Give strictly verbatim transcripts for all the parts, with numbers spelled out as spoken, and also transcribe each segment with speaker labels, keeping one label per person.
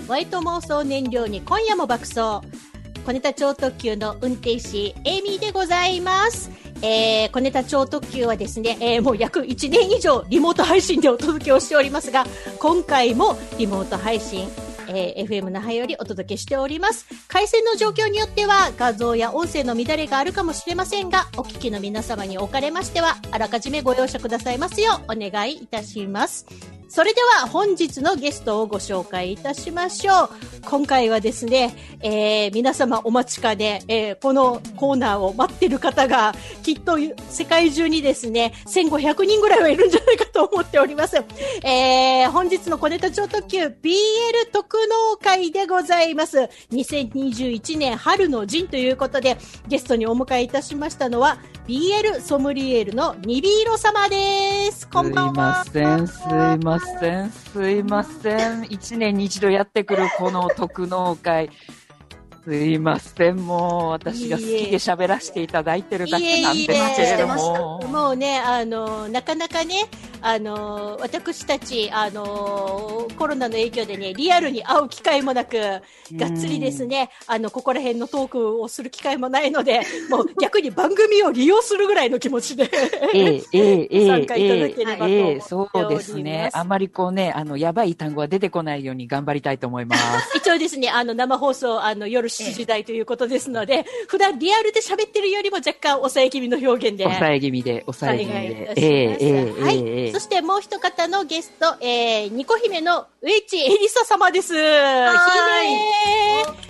Speaker 1: ホワイト妄想燃料に今夜も爆走。小ネタ超特急の運転士、エイミーでございます。えー、小ネタ超特急はですね、えー、もう約いちねん以上リモート配信でお届けをしておりますが、今回もリモート配信、えー、エフエム 那覇よりお届けしております。回線の状況によっては画像や音声の乱れがあるかもしれませんが、お聞きの皆様におかれましてはあらかじめご容赦くださいますようお願いいたします。それでは本日のゲストをご紹介いたしましょう。今回はですね、えー、皆様お待ちかね、えー、このコーナーを待ってる方がきっと世界中にですね、せんごひゃくにんぐらいはいるんじゃないかと思っております。えー、本日の小ネタ超特急 ビーエル 特納会でございます。にせんにじゅういちねん春の陣ということで、ゲストにお迎えいたしましたのは ビーエル ソムリエールのニビーロ様です。こんばんは。
Speaker 2: すいません、すいません、すいません。一年に一度やってくるこの特納会。すいません、もう私が好きで喋らせていただいてるだけなんですけれども。
Speaker 1: もうね、あの、なかなかね、あの、私たち、あの、コロナの影響でね、リアルに会う機会もなく、がっつりですね、あの、ここら辺のトークをする機会もないので、もう逆に番組を利用するぐらいの気持ちで、
Speaker 2: ええ、ええ、
Speaker 1: 参加いただければと思っております。ええ、
Speaker 2: そうですね。あまりこうね、あの、やばい単語は出てこないように頑張りたいと思います。
Speaker 1: 一応ですね、あの、生放送、あの、夜しちじ台ということですので、普段リアルで喋ってるよりも若干抑え気味の表現で。
Speaker 2: 抑え気味で、抑え気味で。
Speaker 1: ええ、ええ、はい。そしてもう一方のゲスト、えー、ニコ姫のウエッチエリサ様です。
Speaker 3: はい。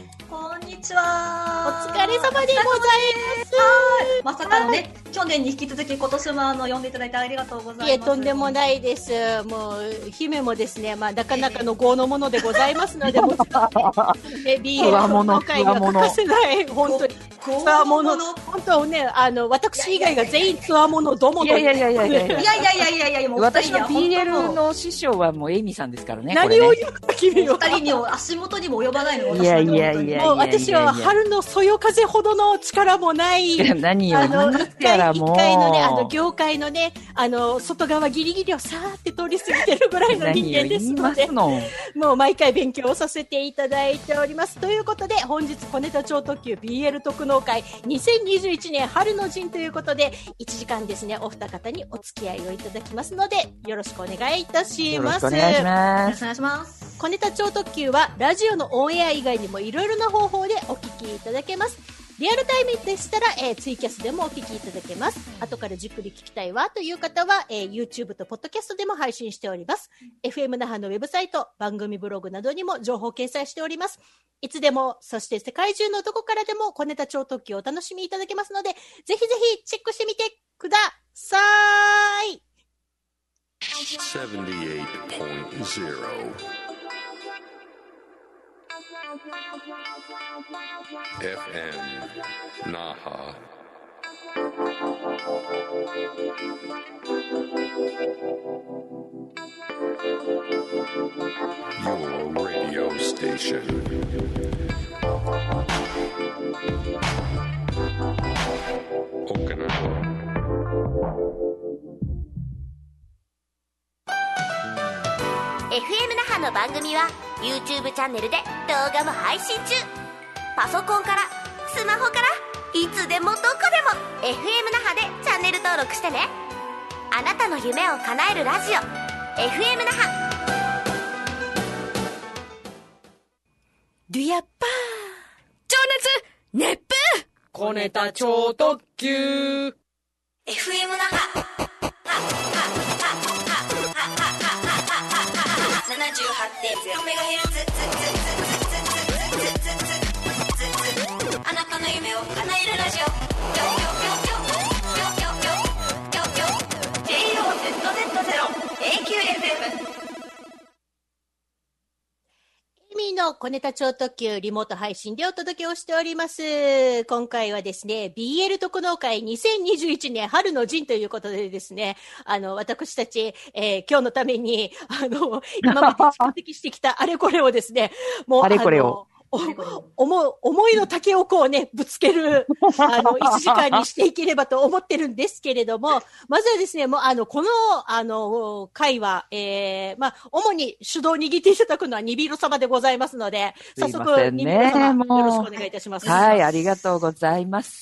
Speaker 3: こんにちは。
Speaker 1: お疲れ様でございます。
Speaker 3: まさかのね、去年に引き続き今年もあの呼んでいただいてありがとうございます。いえ、
Speaker 1: とんでもないです。もう姫もですね、まあなかなかの豪のものでございますので、もちろんね、ビーエル の会が欠かせない本当にツアーもの、本当ね、あの私以外が全員ツアーものどもと。
Speaker 2: いやいやいやいやいやいや
Speaker 3: いやいやいやいやいや、もう
Speaker 2: 私の ビーエル の師匠はもうエイミさんですからね。
Speaker 1: 何を言うか君は。
Speaker 3: 二人にも足元にも及ばないの私
Speaker 2: いやいやいや。
Speaker 1: もう私は春のそよ風ほどの力もない。
Speaker 2: 何を言
Speaker 1: う
Speaker 2: ますやらもう。
Speaker 1: 一回のね、あの業界のね、あの外側ギリギリをさーって通り過ぎてるぐらいの人間ですので、
Speaker 2: の
Speaker 1: もう毎回勉強させていただいております。ということで本日小ネタ超特急 ビーエル 特納会にせんにじゅういちねん春の陣ということでいちじかんですね、お二方にお付き合いをいただきますのでよろしくお願いいたします。
Speaker 2: よろしくお願いします。
Speaker 3: よろしくお願いします。
Speaker 1: 小ネタ超特急はラジオのオンエア以外にもいろいろな方法でお聞きいただけます。リアルタイムでしたら、えー、ツイキャスでもお聞きいただけます。後からじっくり聞きたいわという方は、えー、YouTube とポッドキャストでも配信しております。エフエム 那覇のウェブサイト、番組ブログなどにも情報掲載しております。いつでも、そして世界中のどこからでも小ネタ超特急をお楽しみいただけますので、ぜひぜひチェックしてみてください。
Speaker 4: ななじゅうはちてんゼロエフエム 那覇 Your radio station Okinawa
Speaker 5: エフエム 那覇の番組は YouTube チャンネルで動画も配信中。パソコンからスマホからいつでもどこでも エフエム 那覇でチャンネル登録してね。あなたの夢を叶えるラジオ エフエム 那覇。
Speaker 1: デュヤッパー
Speaker 6: 情熱熱風
Speaker 7: 小ネタ超特急
Speaker 3: エフエム 那覇ななじゅうはちてんゼロメガヘルツあなたの夢を叶えるラジオ ジェイオーゼットゼットゼロ エーキューエフエム
Speaker 1: エミの小ネタ超特急リモート配信でお届けをしております。今回はですね ビーエル 特納会にせんにじゅういちねん春の陣ということでですね、あの私たち、えー、今日のためにあの今まで蓄積してきたあれこれをですね、もう
Speaker 2: あれこれを
Speaker 1: 思う、思いの丈をこうね、ぶつける、あの、いちじかんにしていければと思ってるんですけれども、まずはですね、もう、あの、この、あの、回は、えー、まあ、主に主導を握っていただくのはニビーロ様でございますので、早速、ニビーロ様、よろしくお願いいたします。
Speaker 2: はい、ありがとうございます。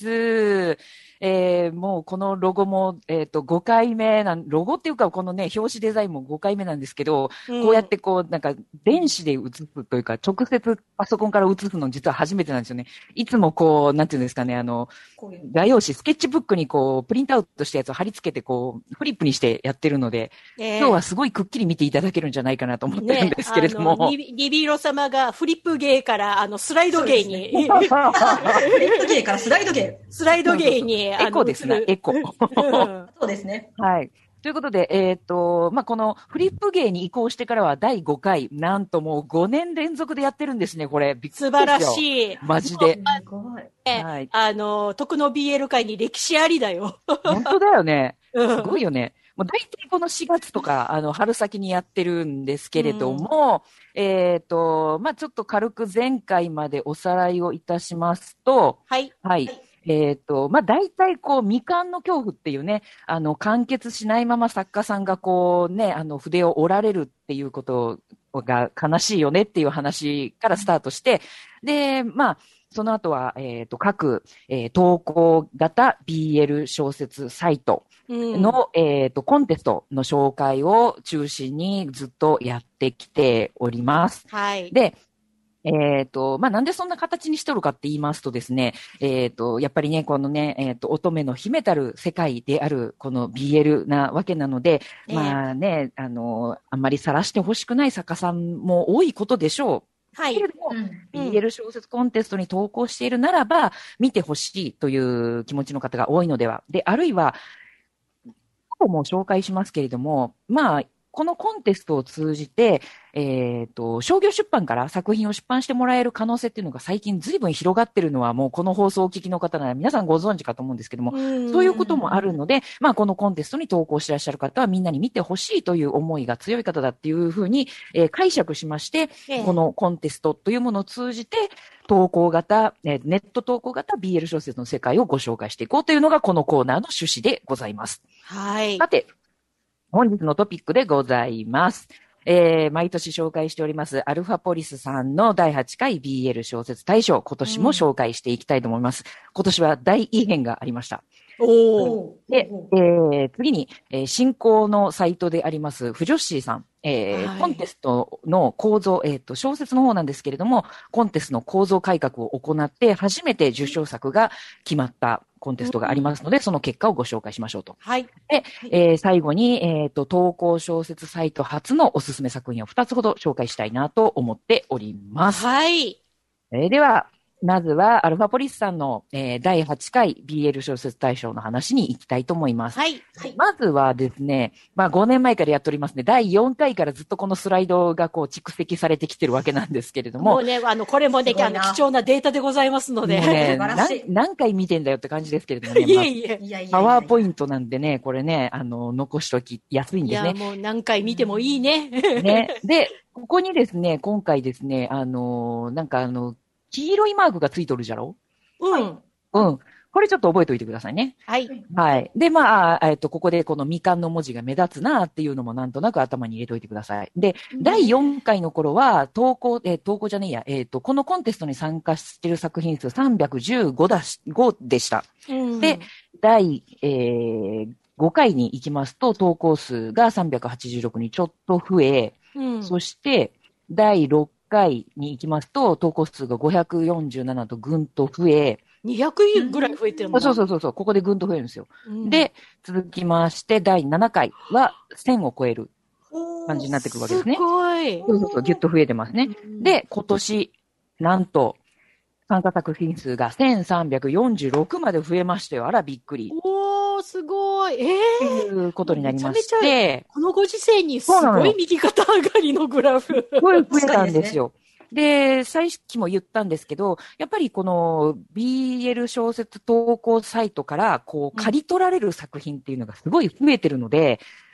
Speaker 2: えー、もうこのロゴも、えっと、ごかいめなん、ロゴっていうかこのね、表紙デザインもごかいめなんですけど、うん、こうやってこう、なんか、電子で写すというか、直接パソコンから写すの実は初めてなんですよね。いつもこう、なんていうんですかね、あの、画用紙、スケッチブックにこう、プリントアウトしたやつを貼り付けてこう、フリップにしてやってるので、えー、今日はすごいくっきり見ていただけるんじゃないかなと思ってるんですけれども。
Speaker 1: ね、ニ, ニビーロ様がフリップ芸から、あの、スライド芸に。
Speaker 3: フリップ芸からスライド芸。
Speaker 1: スライド芸に。
Speaker 2: エコですね、エコ。
Speaker 3: そうですね。
Speaker 2: はい。ということで、えっと、まあ、このフリップ芸に移行してからはだいごかい、なんともうごねん連続でやってるんですね、これ。びっくりですよ。
Speaker 1: 素晴らしい。
Speaker 2: マジで。
Speaker 3: すごい。
Speaker 1: はい。あの、徳の ビーエル 界に歴史ありだよ。
Speaker 2: 本当だよね。すごいよね。もう大体このしがつとか、あの、春先にやってるんですけれども、うん、えっと、まあ、ちょっと軽く前回までおさらいをいたしますと、
Speaker 1: はい。
Speaker 2: はい。はいえっと、まあ、大体こう、未完の恐怖っていうね、あの、完結しないまま作家さんがこうね、あの、筆を折られるっていうことが悲しいよねっていう話からスタートして、で、まあ、その後は、えっと、各、えー、投稿型 ビーエル 小説サイトの、うん、えっと、コンテストの紹介を中心にずっとやってきております。
Speaker 1: はい。
Speaker 2: で、えっと、まあ、なんでそんな形にしておるかって言いますとですね、えっと、やっぱりね、このね、えっと、乙女の秘めたる世界である、この ビーエル なわけなので、えー、まあね、あの、あんまり晒してほしくない作家さんも多いことでしょう。はい。けれども、うん、ビーエル 小説コンテストに投稿しているならば、見てほしいという気持ちの方が多いのでは。で、あるいは、もう紹介しますけれども、まあ、このコンテストを通じて、えっと、商業出版から作品を出版してもらえる可能性っていうのが最近随分広がってるのはもうこの放送をお聞きの方なら皆さんご存知かと思うんですけども、そういうこともあるので、まあこのコンテストに投稿してらっしゃる方はみんなに見てほしいという思いが強い方だっていうふうに、えー、解釈しまして、えー、このコンテストというものを通じて投稿型、えー、ネット投稿型 ビーエル 小説の世界をご紹介していこうというのがこのコーナーの趣旨でございます。
Speaker 1: はい。
Speaker 2: さて、本日のトピックでございます。えー、毎年紹介しております、アルファポリスさんのだいはちかい ビーエル 小説大賞、今年も紹介していきたいと思います。うん、今年は大異変がありました。
Speaker 1: お
Speaker 2: で、えー、次に、えー、新興のサイトであります、フジョッシーさん。えーはい、コンテストの構造、えっと、小説の方なんですけれども、コンテストの構造改革を行って、初めて受賞作が決まったコンテストがありますので、うん、その結果をご紹介しましょうと。
Speaker 1: はい。
Speaker 2: で、えー、最後に、えっと、投稿小説サイト初のおすすめ作品をふたつほど紹介したいなと思っております。
Speaker 1: はい。
Speaker 2: えー、では、まずは、アルファポリスさんの、えー、だいはちかい ビーエル 小説大賞の話に行きたいと思います。
Speaker 1: はい。
Speaker 2: はい、まずはですね、まあごねんまえからやっておりますね、だいよんかいからずっとこのスライドがこう蓄積されてきてるわけなんですけれども。
Speaker 1: もうね、あの、これもね、あの、貴重なデータでございますので。
Speaker 2: もうね、何、何回見てんだよって感じですけれどもね。
Speaker 1: いえいえ。
Speaker 2: まあ、パワーポイントなんでね、これね、あの、残しときやすいんですね。
Speaker 1: いや、もう何回見てもいいね。
Speaker 2: ね。で、ここにですね、今回ですね、あの、なんかあの、黄色いマークがついとるじゃろ？
Speaker 1: うん。
Speaker 2: うん。これちょっと覚えておいてくださいね。
Speaker 1: はい。
Speaker 2: はい。で、まあ、えっと、ここでこの未完の文字が目立つなっていうのもなんとなく頭に入れておいてください。で、うん、だいよんかいの頃は、投稿、えー、投稿じゃねえや、えっと、このコンテストに参加している作品数さんびゃくじゅうごだし、ごでした。うん、で、だい、えー、ごかいに行きますと、投稿数がさんびゃくはちじゅうろくにちょっと増え、うん、そして、だいろっかいに行きますと、投稿数がごひゃくよんじゅうななとぐんと増え、
Speaker 1: にひゃくぐらい増えてるもん、
Speaker 2: うん、そうそうそうそう、ここでぐんと増えるんですよ。うん、で、続きまして、だいななかいはせんを超える感じになってくるわけですね。
Speaker 1: すごい。
Speaker 2: そうそうそう、ぎゅっと増えてますね。うん、で、今年、なんと、参加作品数がせんさんびゃくよんじゅうろくまで増えましたよ。あら、びっくり。
Speaker 1: おー、すごい。えー。
Speaker 2: ということになりまして。
Speaker 1: めちゃめちゃこのご時世にすごい右肩上がりのグラフ。
Speaker 2: すごい増えたんですよ。で、さっきも言ったんですけど、やっぱりこの ビーエル 小説投稿サイトからこう、刈り取られる作品っていうのがすごい増えてるので、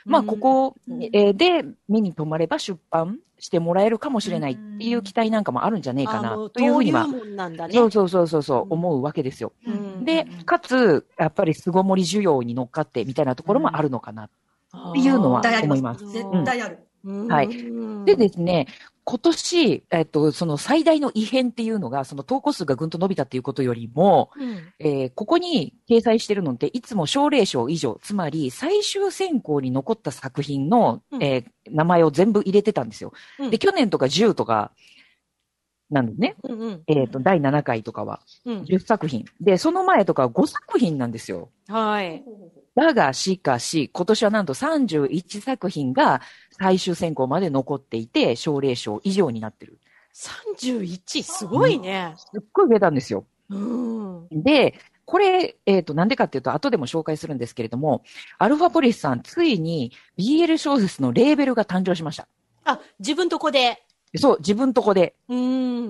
Speaker 2: まあ、ここ、えーで目に留まれば出版してもらえるかもしれないっていう期待なんかもあるんじゃねえかな、というふうには、そうそうそうそうそう、思うわけですよ。で、かつ、やっぱり巣ごもり需要に乗っかってみたいなところもあるのかなっていうのは思います。
Speaker 3: 絶対ある。
Speaker 2: はい。でですね、今年、えっと、その最大の異変っていうのが、その投稿数がぐんと伸びたっていうことよりも、うん、えー、ここに掲載してるのって、いつも奨励賞以上、つまり最終選考に残った作品の、うん、えー、名前を全部入れてたんですよ。うん、で、去年とかじゅうとか、なんですね。うんうん、えっと、だいななかいとかは、じゅっさくひん。で、その前とかはごさくひんなんですよ。
Speaker 1: はい。
Speaker 2: だが、しかし、今年はなんとさんじゅういちさくひんが最終選考まで残っていて、奨励賞以上になってる。
Speaker 1: さんじゅういち? すごいね。
Speaker 2: すっごい増えたんですよ。
Speaker 1: うん、
Speaker 2: で、これ、えっと、なんでかっていうと、後でも紹介するんですけれども、アルファポリスさん、ついに ビーエル 小説のレーベルが誕生しました。
Speaker 1: あ、自分とこで。
Speaker 2: そう、自分とこで。
Speaker 1: うん。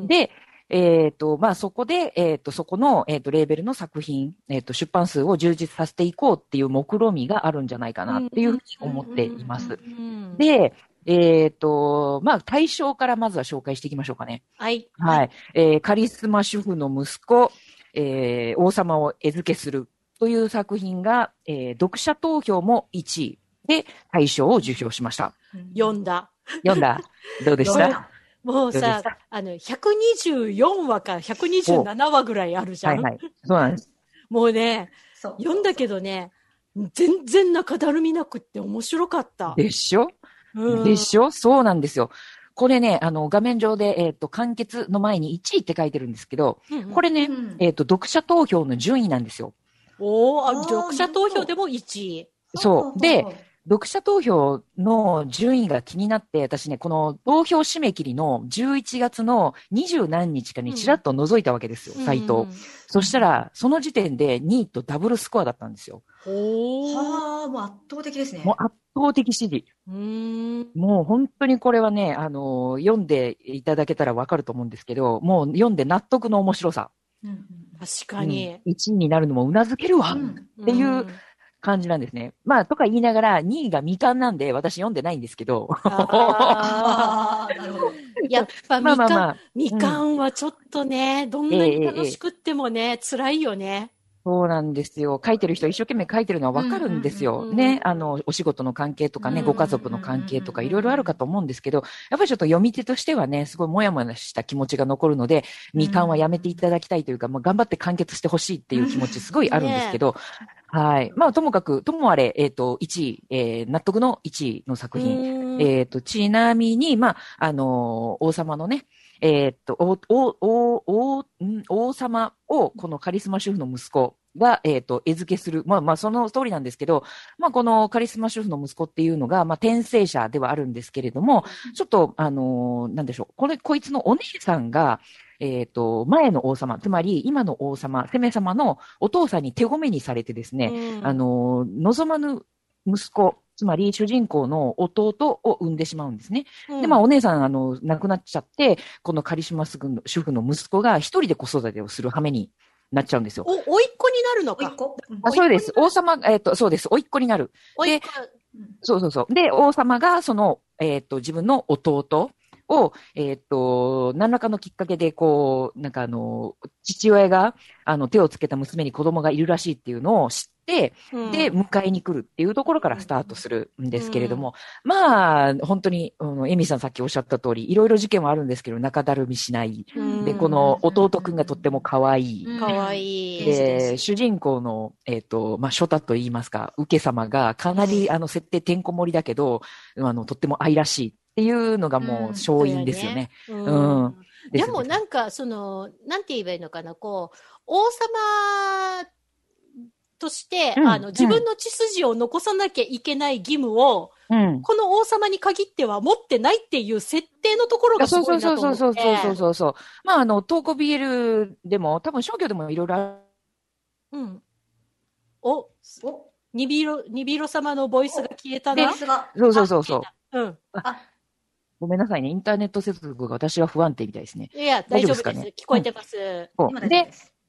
Speaker 2: で、えっと、まあ、そこで、えっと、そこの、えっと、レーベルの作品、えっと、出版数を充実させていこうっていう目論みがあるんじゃないかなっていうふうに思っています。で、えっと、まあ、対象からまずは紹介していきましょうかね。
Speaker 1: はい。
Speaker 2: はい。えー、カリスマ主婦の息子、えー、王様を餌付けするという作品が、えー、読者投票もいちいで大賞を受賞しました。
Speaker 1: 読んだ。
Speaker 2: 読んだ。どうでした
Speaker 1: もうさ、あの、ひゃくにじゅうよんわかひゃくにじゅうななわぐらいあるじゃん。
Speaker 2: はいはい。そうなんです。
Speaker 1: もうね、読んだけどね、全然中だるみなくって面白かった。
Speaker 2: でしょ、うん、でしょそうなんですよ。これね、あの、画面上で、えっと、完結の前にいちいって書いてるんですけど、うんうん、これね、うん、えっと、読者投票の順位なんですよ。
Speaker 1: おー、あ、読者投票でもいちい。
Speaker 2: そう。で、読者投票の順位が気になって、私ね、この投票締め切りのじゅういちがつのにじゅうなんにちかにちらっと覗いたわけですよ、うん、サイトを、うん。そしたら、その時点でにいとダブルスコアだったんですよ。
Speaker 3: おー。はー、もう圧倒的ですね。
Speaker 2: もう圧倒的支持。
Speaker 1: うーん。
Speaker 2: もう本当にこれはね、あのー、読んでいただけたらわかると思うんですけど、もう読んで納得の面白さ。
Speaker 1: うん、確かに、
Speaker 2: うん。いちいになるのもうなずけるわ、うん、っていう、うん感じなんですね。まあ、とか言いながら、にいが未完なんで、私読んでないんですけど。
Speaker 3: あなるほど。
Speaker 1: やっぱ未完、まあまあまあ、未完はちょっとね、うん、どんなに楽しくってもね、えー、辛いよね。
Speaker 2: そうなんですよ。書いてる人一生懸命書いてるのはわかるんですよ。うんうんうん、ね。あの、お仕事の関係とかね、うんうんうん、ご家族の関係とかいろいろあるかと思うんですけど、やっぱりちょっと読み手としてはね、すごいもやもやした気持ちが残るので、未完はやめていただきたいというか、もう頑張って完結してほしいっていう気持ちすごいあるんですけど、ね、はい。まあ、ともかく、ともあれ、えっと、いちい、えー、納得のいちいの作品。えっと、ちなみに、まあ、あのー、王様のね、えー、っと、お、お、お、お、ん、王様を、このカリスマ主婦の息子が、えー、っと、餌付けする。まあまあ、その通りなんですけど、まあ、このカリスマ主婦の息子っていうのが、まあ、転生者ではあるんですけれども、ちょっと、あのー、なんでしょう。これ、こいつのお姉さんが、えっと、前の王様、つまり今の王様、攻め様のお父さんに手ごめにされてですね、うん、あの、望まぬ息子、つまり主人公の弟を産んでしまうんですね。うん、で、まあお姉さん、あの、亡くなっちゃって、このカリスマ主婦の息子が一人で子育てをする羽目になっちゃうんですよ。
Speaker 1: お、おいっ子になるのか。おいっ子、
Speaker 2: あ、そうです。王様、えっと、そうです。おいっ子になる。で、そうそうそう。で、王様がその、えっと、自分の弟、を、えっと、何らかのきっかけで、こう、なんかあの、父親が、あの、手をつけた娘に子供がいるらしいっていうのを知って、うん、で、迎えに来るっていうところからスタートするんですけれども、うん、まあ、本当に、あの、エミさんさっきおっしゃった通り、いろいろ事件はあるんですけど、中だるみしない。うん、で、この弟くんがとっても可愛い。
Speaker 1: 可愛い。
Speaker 2: で、主人公の、えっと、まあ、ショタと言いますか、受け様がかなり、あの、設定てんこ盛りだけど、あの、とっても愛らしい。っていうのがもう勝因ですよね。うん。うん
Speaker 1: うん、でもなんか、その、なんて言えばいいのかな、こう、王様として、うん、あの、自分の血筋を残さなきゃいけない義務を、うん、この王様に限っては持ってないっていう設定のところがすごいなと思って。
Speaker 2: そうそうそうそうそうそう。まあ、あの、東古 ビーエル でも、多分商業でもいろいろある。
Speaker 1: うん。お、お、ニビロ、ニビロ様のボイスが消えたな。
Speaker 2: そうそうそうそう。
Speaker 1: うん。
Speaker 3: あ、
Speaker 2: ごめんなさいね。インターネット接続が私は不安定みたいですね。
Speaker 1: いや、大丈夫です。ですかね、聞こえてます。
Speaker 2: うん、で、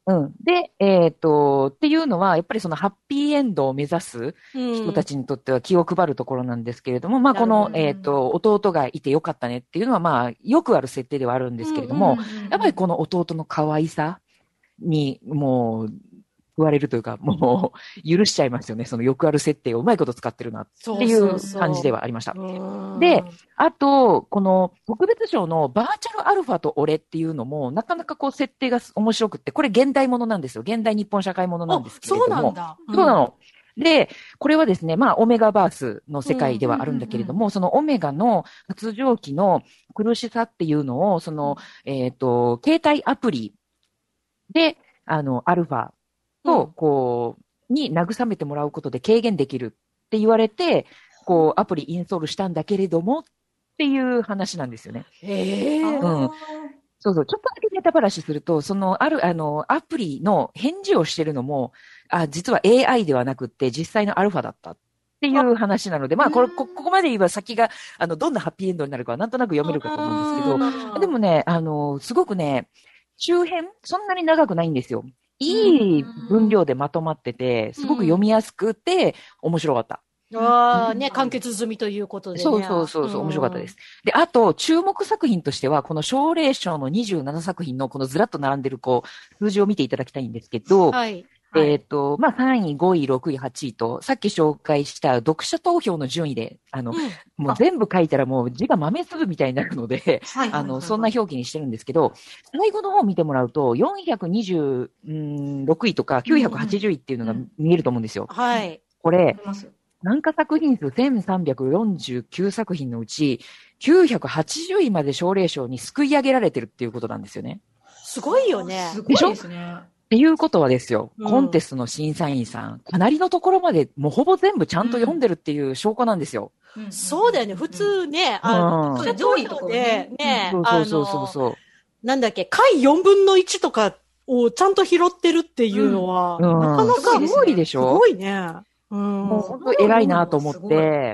Speaker 2: うん。で、えっと、っていうのは、やっぱりそのハッピーエンドを目指す人たちにとっては気を配るところなんですけれども、うん、まあ、この、えっと、弟がいてよかったねっていうのは、まあ、よくある設定ではあるんですけれども、やっぱりこの弟の可愛さに、もう、言われるというか、もう、許しちゃいますよね。そのよくある設定をうまいこと使ってるなっていう感じではありました。そうそうそうで、あと、この特別賞のバーチャルアルファと俺っていうのも、なかなかこう設定が面白くって、これ現代ものなんですよ。現代日本社会ものなんですけれども。
Speaker 1: そうなんだ。
Speaker 2: うん、そうなの。で、これはですね、まあ、オメガバースの世界ではあるんだけれども、うんうんうん、そのオメガの発情期の苦しさっていうのを、その、えっと、携帯アプリで、あの、アルファ、と、こう、に慰めてもらうことで軽減できるって言われて、こう、アプリインストールしたんだけれどもっていう話なんですよね。
Speaker 1: へー。
Speaker 2: うん。そうそう。ちょっとだけネタばらしすると、その、ある、あの、アプリの返事をしてるのも、あ、実は エーアイ ではなくって実際のアルファだったっていう話なので、まあ、これ、こ、ここまで言えば先が、あの、どんなハッピーエンドになるかはなんとなく読めるかと思うんですけど、でもね、あの、すごくね、周辺、そんなに長くないんですよ。いい分量でまとまってて、すごく読みやすくて、面白かった。
Speaker 1: ああ、ね、完結済みということでね。
Speaker 2: そうそうそうそう、面白かったです。で、あと、注目作品としては、この奨励賞のにじゅうななさく品のこのずらっと並んでる、こう、数字を見ていただきたいんですけど、はい。えっと、まあ、さんい、ごい、ろくい、はちいと、さっき紹介した読者投票の順位で、あの、うん、もう全部書いたらもう字が豆粒みたいになるので、あの、そんな表記にしてるんですけど、最後の方見てもらうと、よんひゃくにじゅうろくいとかきゅうひゃくはちじゅういっていうのが見えると思うんですよ。
Speaker 1: うん、はい。
Speaker 2: これ、参加作品数せんさんびゃくよんじゅうきゅうさく品のうち、きゅうひゃくはちじゅういまで奨励賞にすくい上げられてるっていうことなんですよね。
Speaker 1: すごいよね。
Speaker 3: すごいですね。
Speaker 2: っていうことはですよ、コンテストの審査員さん、うん、かなりのところまで、もうほぼ全部ちゃんと読んでるっていう証拠なんですよ。
Speaker 1: うん、そうだよね。普通ね、あの、
Speaker 3: うん、上位ところで、
Speaker 1: ね、
Speaker 2: そうそうそうそうそう。
Speaker 1: なんだっけ、回よんぶんのいちとかをちゃんと拾ってるっていうのは、うん、なかなか
Speaker 2: すごいでしょ？
Speaker 1: すごいね。
Speaker 2: うん、もう本当偉いなと思って、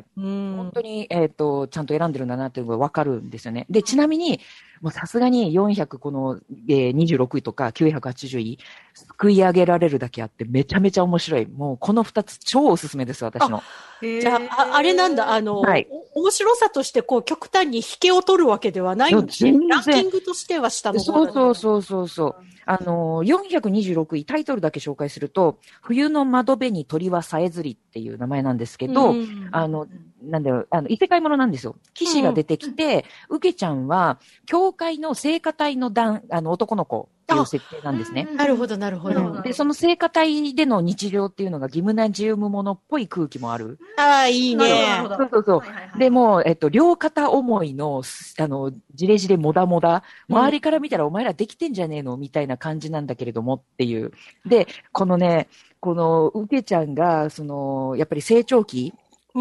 Speaker 2: うん、本当に、えっと、ちゃんと選んでるんだなっていうのがわかるんですよね。で、ちなみに、もうさすがによんひゃくこの、えー、にじゅうろくいとかきゅうひゃくはちじゅうい、すくい上げられるだけあってめちゃめちゃ面白い。もうこのふたつ超おすすめです、私の。
Speaker 1: じゃあ、あ、あれなんだ、あの、はい、面白さとしてこう極端に引けを取るわけではないんですね。ランキングとしては下の方
Speaker 2: そうそうそうそうそう。あの、よんひゃくにじゅうろくい、タイトルだけ紹介すると、冬の窓辺に鳥はさえずりっていう名前なんですけど、うん、あの、なんだろう、あの、異世界ものなんですよ。騎士が出てきて、うん、ウケちゃんは、教会の聖歌隊の団、あの、男の子っていう設定なんですね。
Speaker 1: なるほど、なるほど、
Speaker 2: うん。で、その聖歌隊での日常っていうのがギムナジウムものっぽい空気もある。
Speaker 1: ああ、いいね。
Speaker 2: そうそうそう。はいはいはい、でも、えっと、両肩思いの、あの、じれじれもだもだ、周りから見たらお前らできてんじゃねえのみたいな感じなんだけれどもっていう。で、このね、この、ウケちゃんが、その、やっぱり成長期、うん、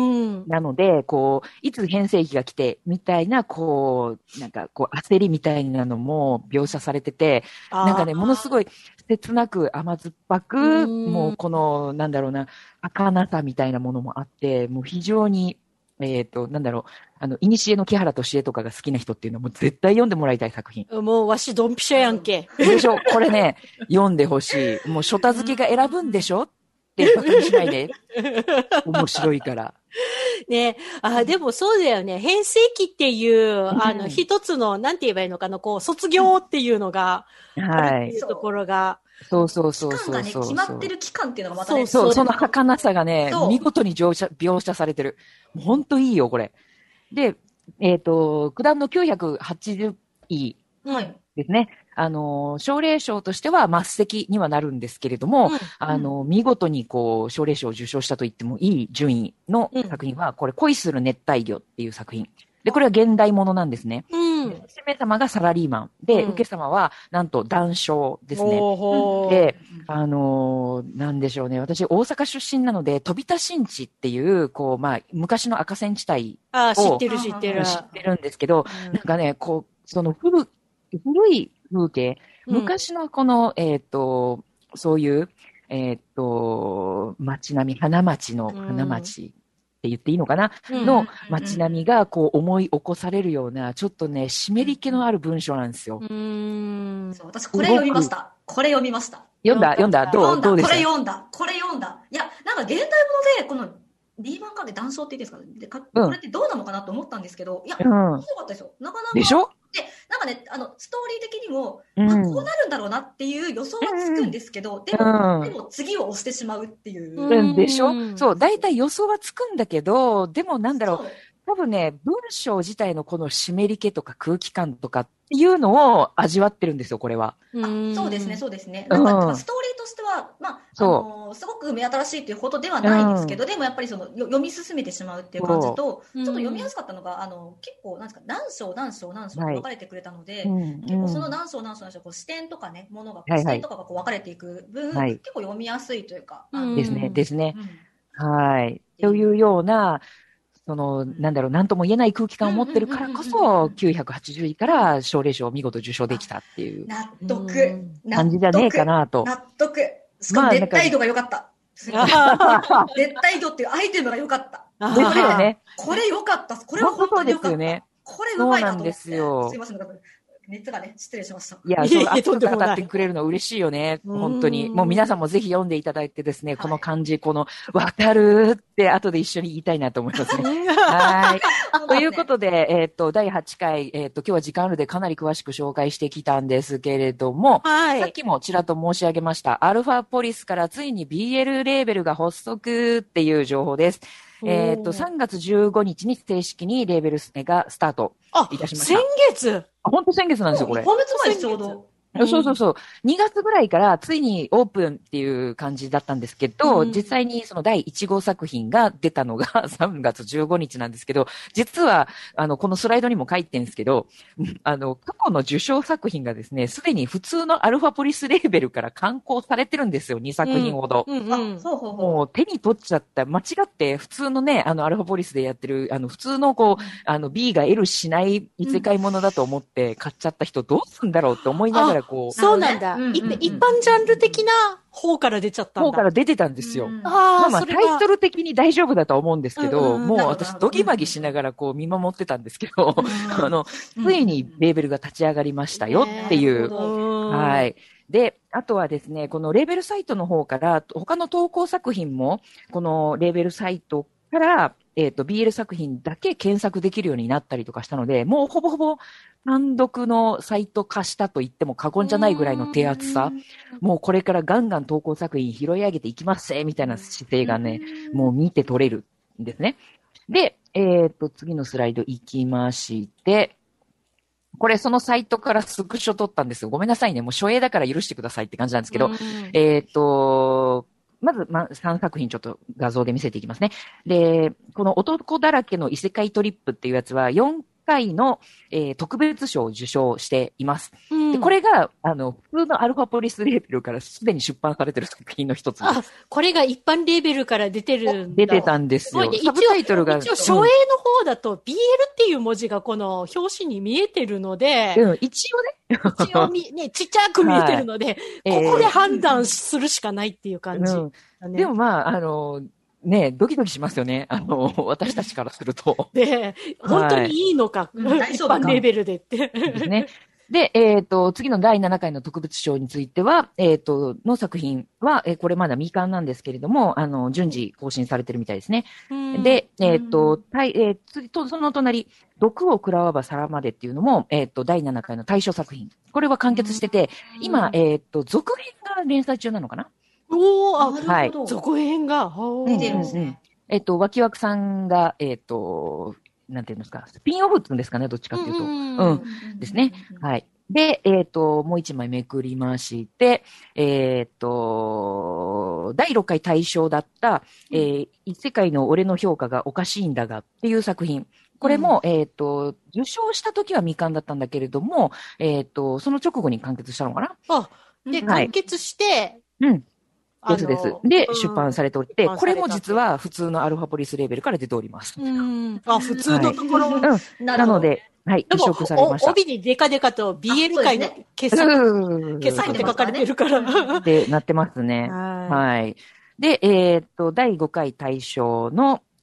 Speaker 2: なので、こう、いつ変声期が来て、みたいな、こう、なんか、こう、焦りみたいなのも描写されてて、なんかね、ものすごい切なく甘酸っぱく、もう、この、なんだろうな、儚さみたいなものもあって、もう非常に、えっと、なんだろう、あの、いにしえの木原敏恵とかが好きな人っていうのはもう絶対読んでもらいたい作品。
Speaker 1: もう、わし、ドンピシャやんけ。
Speaker 2: でしょ？これね、読んでほしい。もう、初太付けが選ぶんでしょってバカにしないで。面白いから。
Speaker 1: ね、あ、でもそうだよね。変声期っていう、あの、一つの、なんて言えばいいのかな、こう、卒業っていうのが、はい。っていうところが。
Speaker 2: そうそうそうそう。
Speaker 3: 期間がね、決まってる期間っていうのがまたね。
Speaker 2: そうそう、その儚さがね、見事に描写、描写されてる。ほんといいよ、これ。で、えっと、九段のきゅうひゃくはちじゅういですね。あの、奨励賞としては末席にはなるんですけれども、うん、あの、見事にこう、奨励賞を受賞したと言ってもいい順位の作品は、これ、恋する熱帯魚っていう作品。で、これは現代ものなんですね。うん。姫様がサラリーマン。で、うん、受け様は、なんと、男性ですね。で、あのー、なんでしょうね。私、大阪出身なので、飛田新地っていう、こう、まあ、昔の赤線地帯を。
Speaker 1: ああ、知ってる知ってる。
Speaker 2: 知ってるんですけど、うん、なんかね、こう、その古、古い風景、昔のこの、うん、えっと、そういう、えっと、街並み、花町の花町って言っていいのかな、うん、の街並みがこう思い起こされるような、ちょっとね、湿り気のある文章なんですよ。
Speaker 3: うん、そう、私これ読みました。 これ読みました。
Speaker 2: 読んだ読んだどうどうでした？
Speaker 3: これ読んだ。これ読んだ。いや、なんか現代もので、この、リーマン関係談笑って言っていいですかね。でかこれってどうなのかなと思ったんですけど、いや、
Speaker 2: うん、
Speaker 3: 面白かったですよ。なかなか。
Speaker 2: でしょ？
Speaker 3: で、なんかね、あの、ストーリー的にも、
Speaker 2: うん、
Speaker 3: あ、こうなるんだろうなっていう予想はつくんですけど、うん、でも、うん、でも次を押してしまうっていう。
Speaker 2: うん、でしょ？そう、大体予想はつくんだけど、でもなんだろう。多分ね、文章自体のこの湿り気とか空気感とかっていうのを味わってるんですよ、これは。
Speaker 3: あ、そうですね、そうですね。なんか、うん、ストーリーとしては、まあ、あのー、すごく目新しいというほどではないですけど、うん、でもやっぱりその読み進めてしまうっていう感じと、ちょっと読みやすかったのが、あの、結構、なんですか、何章何章何章と分かれてくれたので、はい、結構その何章何章何章、こう視点とかね、ものが、はいはい、視点とかがこう分かれていく分、はい、結構読みやすいというか。
Speaker 2: うん、ですね、ですね。うん、はい。というような、その、なんだろう、なんとも言えない空気感を持ってるからこそ、きゅうひゃくはちじゅういから奨励賞を見事受賞できたっていう
Speaker 3: 納得
Speaker 2: 感じじゃねえかなと。
Speaker 3: 納得。しかも熱帯魚が良かった。熱帯魚っていうアイテムが良かった。
Speaker 2: ですよね。
Speaker 3: これ良かった。これは本当に良かった。
Speaker 2: ね、
Speaker 3: これうまいなと思って。
Speaker 2: そうなんですよ。
Speaker 3: すいません。熱がね、失礼しました。
Speaker 2: いや、そう、熱く語ってくれるの嬉しいよね。本当に。もう皆さんもぜひ読んでいただいてですね、はい、この漢字、この、わかるって後で一緒に言いたいなと思いますね。はい。ということで、えっと、だいはちかい、えっと、今日は時間あるでかなり詳しく紹介してきたんですけれども、はい、さっきもちらっと申し上げました、アルファポリスからついに ビーエル レーベルが発足っていう情報です。えっと、さんがつじゅうごにちに正式にレーベルがスタートいたしました。
Speaker 1: あ、先月
Speaker 2: 本当先月なんですよ、これ。
Speaker 3: いっかげつまえです、ちょうど。
Speaker 2: そうそうそう。にがつぐらいからついにオープンっていう感じだったんですけど、うん、実際にそのだいいち号作品が出たのがさんがつじゅうごにちなんですけど、実は、あの、このスライドにも書いてるんですけど、あの、過去の受賞作品がですね、すでに普通のアルファポリスレーベルから刊行されてるんですよ、にさくひんほど。
Speaker 3: うんうんうん、そうそうそう。
Speaker 2: もう手に取っちゃった、間違って普通のね、あの、アルファポリスでやってる、あの、普通のこう、あの、B が L しない異世界ものだと思って買っちゃった人どうするんだろうって思いながらこう。
Speaker 1: そうなんだ。うんうんうん、一般ジャンル的な方から出ちゃったんだ。
Speaker 2: 方から出てたんですよ。
Speaker 1: うん、
Speaker 2: まあまあタイトル的に大丈夫だとは思うんですけど、うんうん、もう私ドギマギしながらこう見守ってたんですけど、うん、あの、ついにレーベルが立ち上がりましたよっていう。うん、はい。で、あとはですね、このレーベルサイトの方から、他の投稿作品も、このレーベルサイトから、えっと、ビーエル 作品だけ検索できるようになったりとかしたので、もうほぼほぼ単独のサイト化したと言っても過言じゃないぐらいの手厚さ。もうこれからガンガン投稿作品拾い上げていきますぜ、みたいな姿勢がね、もう見て取れるんですね。で、えっと、次のスライド行きまして、これそのサイトからスクショ撮ったんですよ。ごめんなさいね。もう初映だから許してくださいって感じなんですけど、えっと、まず、ま、さんさくひんちょっと画像で見せていきますね。で、この男だらけの異世界トリップっていうやつはよんかいの、えー、特別賞を受賞しています。うん、で、これが、あの、普通のアルファポリスレーベルからすでに出版されてる作品の一つです。
Speaker 1: あ、これが一般レーベルから出てるんだ。
Speaker 2: 出てたんですよ。サブタイトルが。
Speaker 1: 一応、初映の方だと ビーエル っていう文字がこの表紙に見えてるので、
Speaker 2: うん、一応ね。
Speaker 1: 一応み、ね、ちっちゃく見えてるので、はい、ここで判断するしかないっていう感じ。うん
Speaker 2: ね、でもまあ、あの、ね、ドキドキしますよね。あの、私たちからすると。
Speaker 1: で、本当にいいのか、はい、一般レベルでって。
Speaker 2: ですね。で、えっと、次のだいななかいの特別賞については、えっと、の作品は、えこれまだ未完なんですけれども、あの、順次更新されてるみたいですね。で、えっと、たい、えー、次と、その隣、毒を食らわば皿までっていうのも、えっと、だいななかいの対象作品。これは完結してて、今、えっと、続編が連載中なのかな？
Speaker 1: おー、あ、
Speaker 2: はい。
Speaker 1: 続編が、
Speaker 3: 出てるんですね。
Speaker 2: えっと、脇枠さんが、えっと、なんていうんですか、スピンオフって言うんですかね、どっちかっていうと。うん。うん、ですね。はい。で、えっと、もう一枚めくりまして、えっと、だいろっかい大賞だった、えー、異世界の俺の評価がおかしいんだがっていう作品。これも、うん、えっと、受賞した時は未完だったんだけれども、えっと、その直後に完結したのかな？
Speaker 1: あ、で、完結して、
Speaker 2: うん。ですです。で、出版されておって、これも実は普通のアルファポリスレーベルから出ております。
Speaker 1: うん。あ、普通のところ。
Speaker 2: うん。なので、はい、移植されました。
Speaker 1: 帯にデカデカと ビーエル 界の傑作、傑作って書かれてるから。
Speaker 2: で、なってますね。はい。で、えっと、だいごかい大賞の、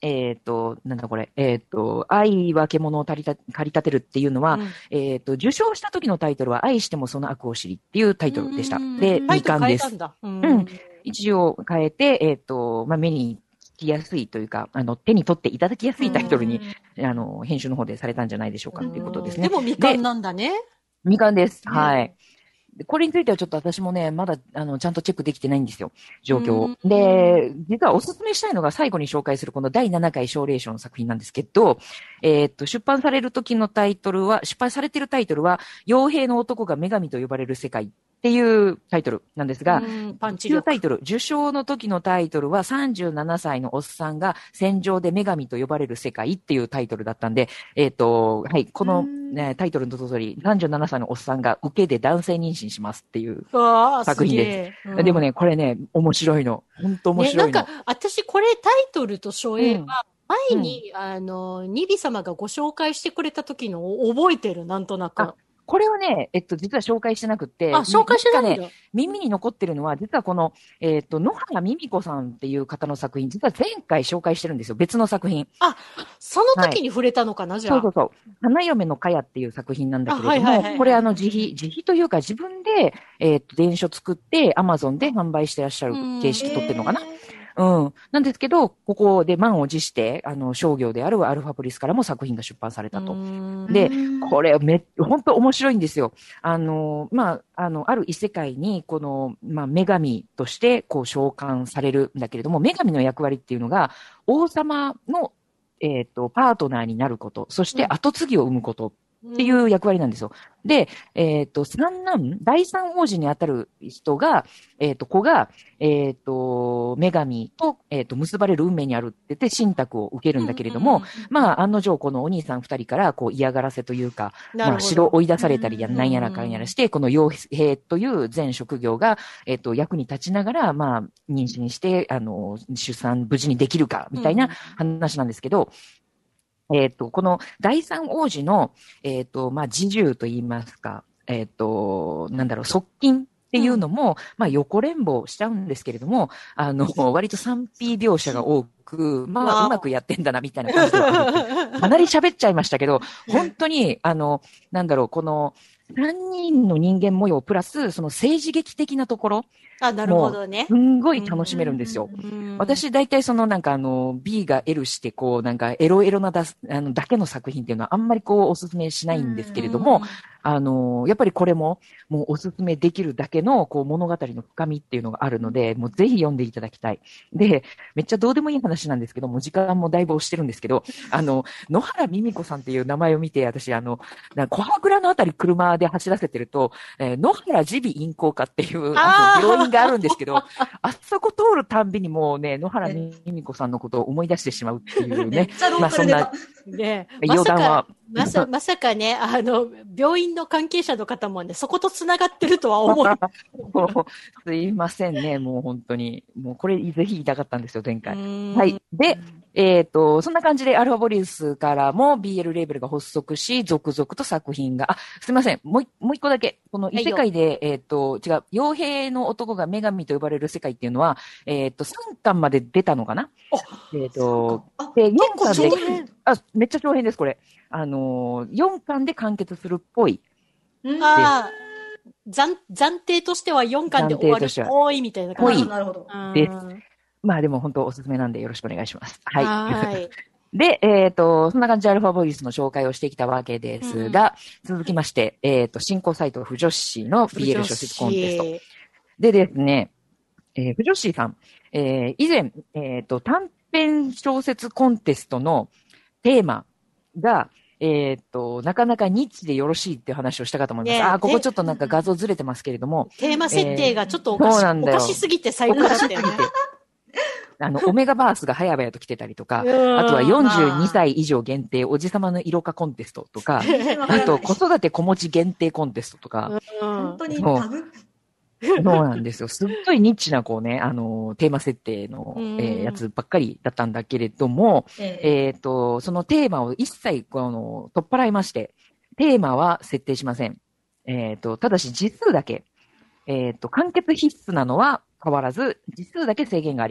Speaker 2: えっ、と、なんだこれ、えっ、と、愛は獣を駆り立駆り立てるっていうのは、うん、えっ、と、受賞した時のタイトルは愛してもその悪を知りっていうタイトルでした。で、にかんです。うん、うん。一応変えて、えっ、と、まあ、目につきやすいというか、あの、手に取っていただきやすいタイトルに、あの、編集の方でされたんじゃないでしょうかっていうことですね。
Speaker 1: でもみかんなんだね。
Speaker 2: みかんです。はい。これについてはちょっと私もね、まだ、あの、ちゃんとチェックできてないんですよ。状況を。で、実はおすすめしたいのが最後に紹介するこのだいななかい奨励賞の作品なんですけど、えー、っと、出版される時のタイトルは、出版されてるタイトルは、傭兵の男が女神と呼ばれる世界っていうタイトルなんですが、
Speaker 1: パンチ力。
Speaker 2: タイトル、受賞の時のタイトルはさんじゅうななさいのおっさんが戦場で女神と呼ばれる世界っていうタイトルだったんで、えー、っと、はい、この、ね、タイトルの通り、さんじゅうななさいのおっさんが受けで男性妊娠しますっていう作品です。うん、でもね、これね、面白いの。本当面白いの。
Speaker 1: ね、なんか、私これタイトルと初映は、前に、うん、あの、ニビ様がご紹介してくれた時の覚えてる、なんとなく。
Speaker 2: これはね、えっと、実は紹介してなくて。
Speaker 1: あ、紹介してないんだ。
Speaker 2: ね、耳に残ってるのは、実はこの、えっと、野原美美子さんっていう方の作品、実は前回紹介してるんですよ。別の作品。
Speaker 1: あ、その時に触れたのかな、はい、じゃあ。
Speaker 2: そうそうそう。花嫁のかやっていう作品なんだけれども、はいはいはいはい、これあの、自費、自費というか自分で、えっと、電書作って、アマゾンで販売してらっしゃる形式取ってるのかな。うん。なんですけど、ここで満を持して、あの、商業であるアルファプリスからも作品が出版されたと。で、これめ、本当面白いんですよ。あの、まあ、あの、ある異世界に、この、まあ、女神として、こう、召喚されるんだけれども、女神の役割っていうのが、王様の、えっと、パートナーになること、そして後継ぎを生むこと、っていう役割なんですよ。で、えっと、三男、第三王子にあたる人が、えっと、子が、えっと、女神と、えっと、結ばれる運命にあるって言って、信託を受けるんだけれども、まあ、案の定、このお兄さん二人から、こう、嫌がらせというか、まあ、城追い出されたりや、なんやらかんやらして、この傭兵という全職業が、えっと、役に立ちながら、まあ、妊娠して、あの、出産無事にできるか、みたいな話なんですけど、えっと、この第三王子の、えっと、まあ、侍従と言いますか、えっと、なんだろう、側近っていうのも、うん、まあ、横連棒しちゃうんですけれども、あの、割と スリーピー 描写が多く、まあ、うまくやってんだな、みたいな感じではある。かなり喋っちゃいましたけど、本当に、あの、なんだろう、この、三人の人間模様プラス、その政治劇的なところ。
Speaker 1: あ、なるほどね。
Speaker 2: すんごい楽しめるんですよ。私、大体そのなんかあの、B が L して、こう、なんかエロエロなだす、あの、だけの作品っていうのはあんまりこう、おすすめしないんですけれども、あの、やっぱりこれも、もうおすすめできるだけの、こう、物語の深みっていうのがあるので、もうぜひ読んでいただきたい。で、めっちゃどうでもいい話なんですけども、時間もだいぶ押してるんですけど、あの、野原美美子さんっていう名前を見て、私、あの、小羽倉のあたり車で走らせてると、えー、野原耳鼻咽喉科っていう、あの、病院があるんですけど、あそこ通るたんびにもうね、野原美美子さんのことを思い出してしまうっていうね。まあそんな、
Speaker 1: ね、
Speaker 2: 余談は。
Speaker 1: まさか、まさかね、あの、病院の関係者の方もね、そこと繋がってるとは思う。
Speaker 2: すいませんね、もう本当に。もうこれぜひ言いたかったんですよ、前回。はい。で、えっと、そんな感じでアルファボリスからも ビーエル レーベルが発足し、続々と作品が、あ、すいません、もう、もう一個だけ。この異世界で、えっと、違う、傭兵の男が女神と呼ばれる世界っていうのは、えっと、さんかんまで出たのかな。えっと、で、よんかんで、あ、めっちゃ長編です、これ。あのー、よんかんで完結するっぽい。
Speaker 1: ああ、暫、暫定としてはよんかんで終わるっぽいみたいな感じ。
Speaker 3: なるほど。
Speaker 2: です。まあでも本当おすすめなんでよろしくお願いします。はい。
Speaker 1: はい。
Speaker 2: で、えっと、そんな感じでアルファボイスの紹介をしてきたわけですが、うん、続きまして、えっと、新興サイトフジョッシーの ビーエル 小説コンテスト。でですね、えー、フジョッシーさん、えー、以前、えっと、短編小説コンテストのテーマが、えっと、なかなかニッチでよろしいっていう話をしたかと思います。ね、あ、ここちょっとなんか画像ずれてますけれども。
Speaker 1: テーマ設定がちょっとおかしい。そうなんだよ。おかしすぎて最高だったよね。
Speaker 2: あの、オメガバースが早々と来てたりとか、あとはよんじゅうにさい以上限定おじさまの色化コンテストとか、あと子育て子持ち限定コンテストとか。
Speaker 3: 本当にタグ
Speaker 2: そうなんですよ。すっごいニッチなこうね、あの、テーマ設定の、えー、やつばっかりだったんだけれども、えっと、そのテーマを一切この取っ払いまして、テーマは設定しません。えっと、ただし字数だけ、えっと、完結必須なのは変わらず、字数だけ制限があります。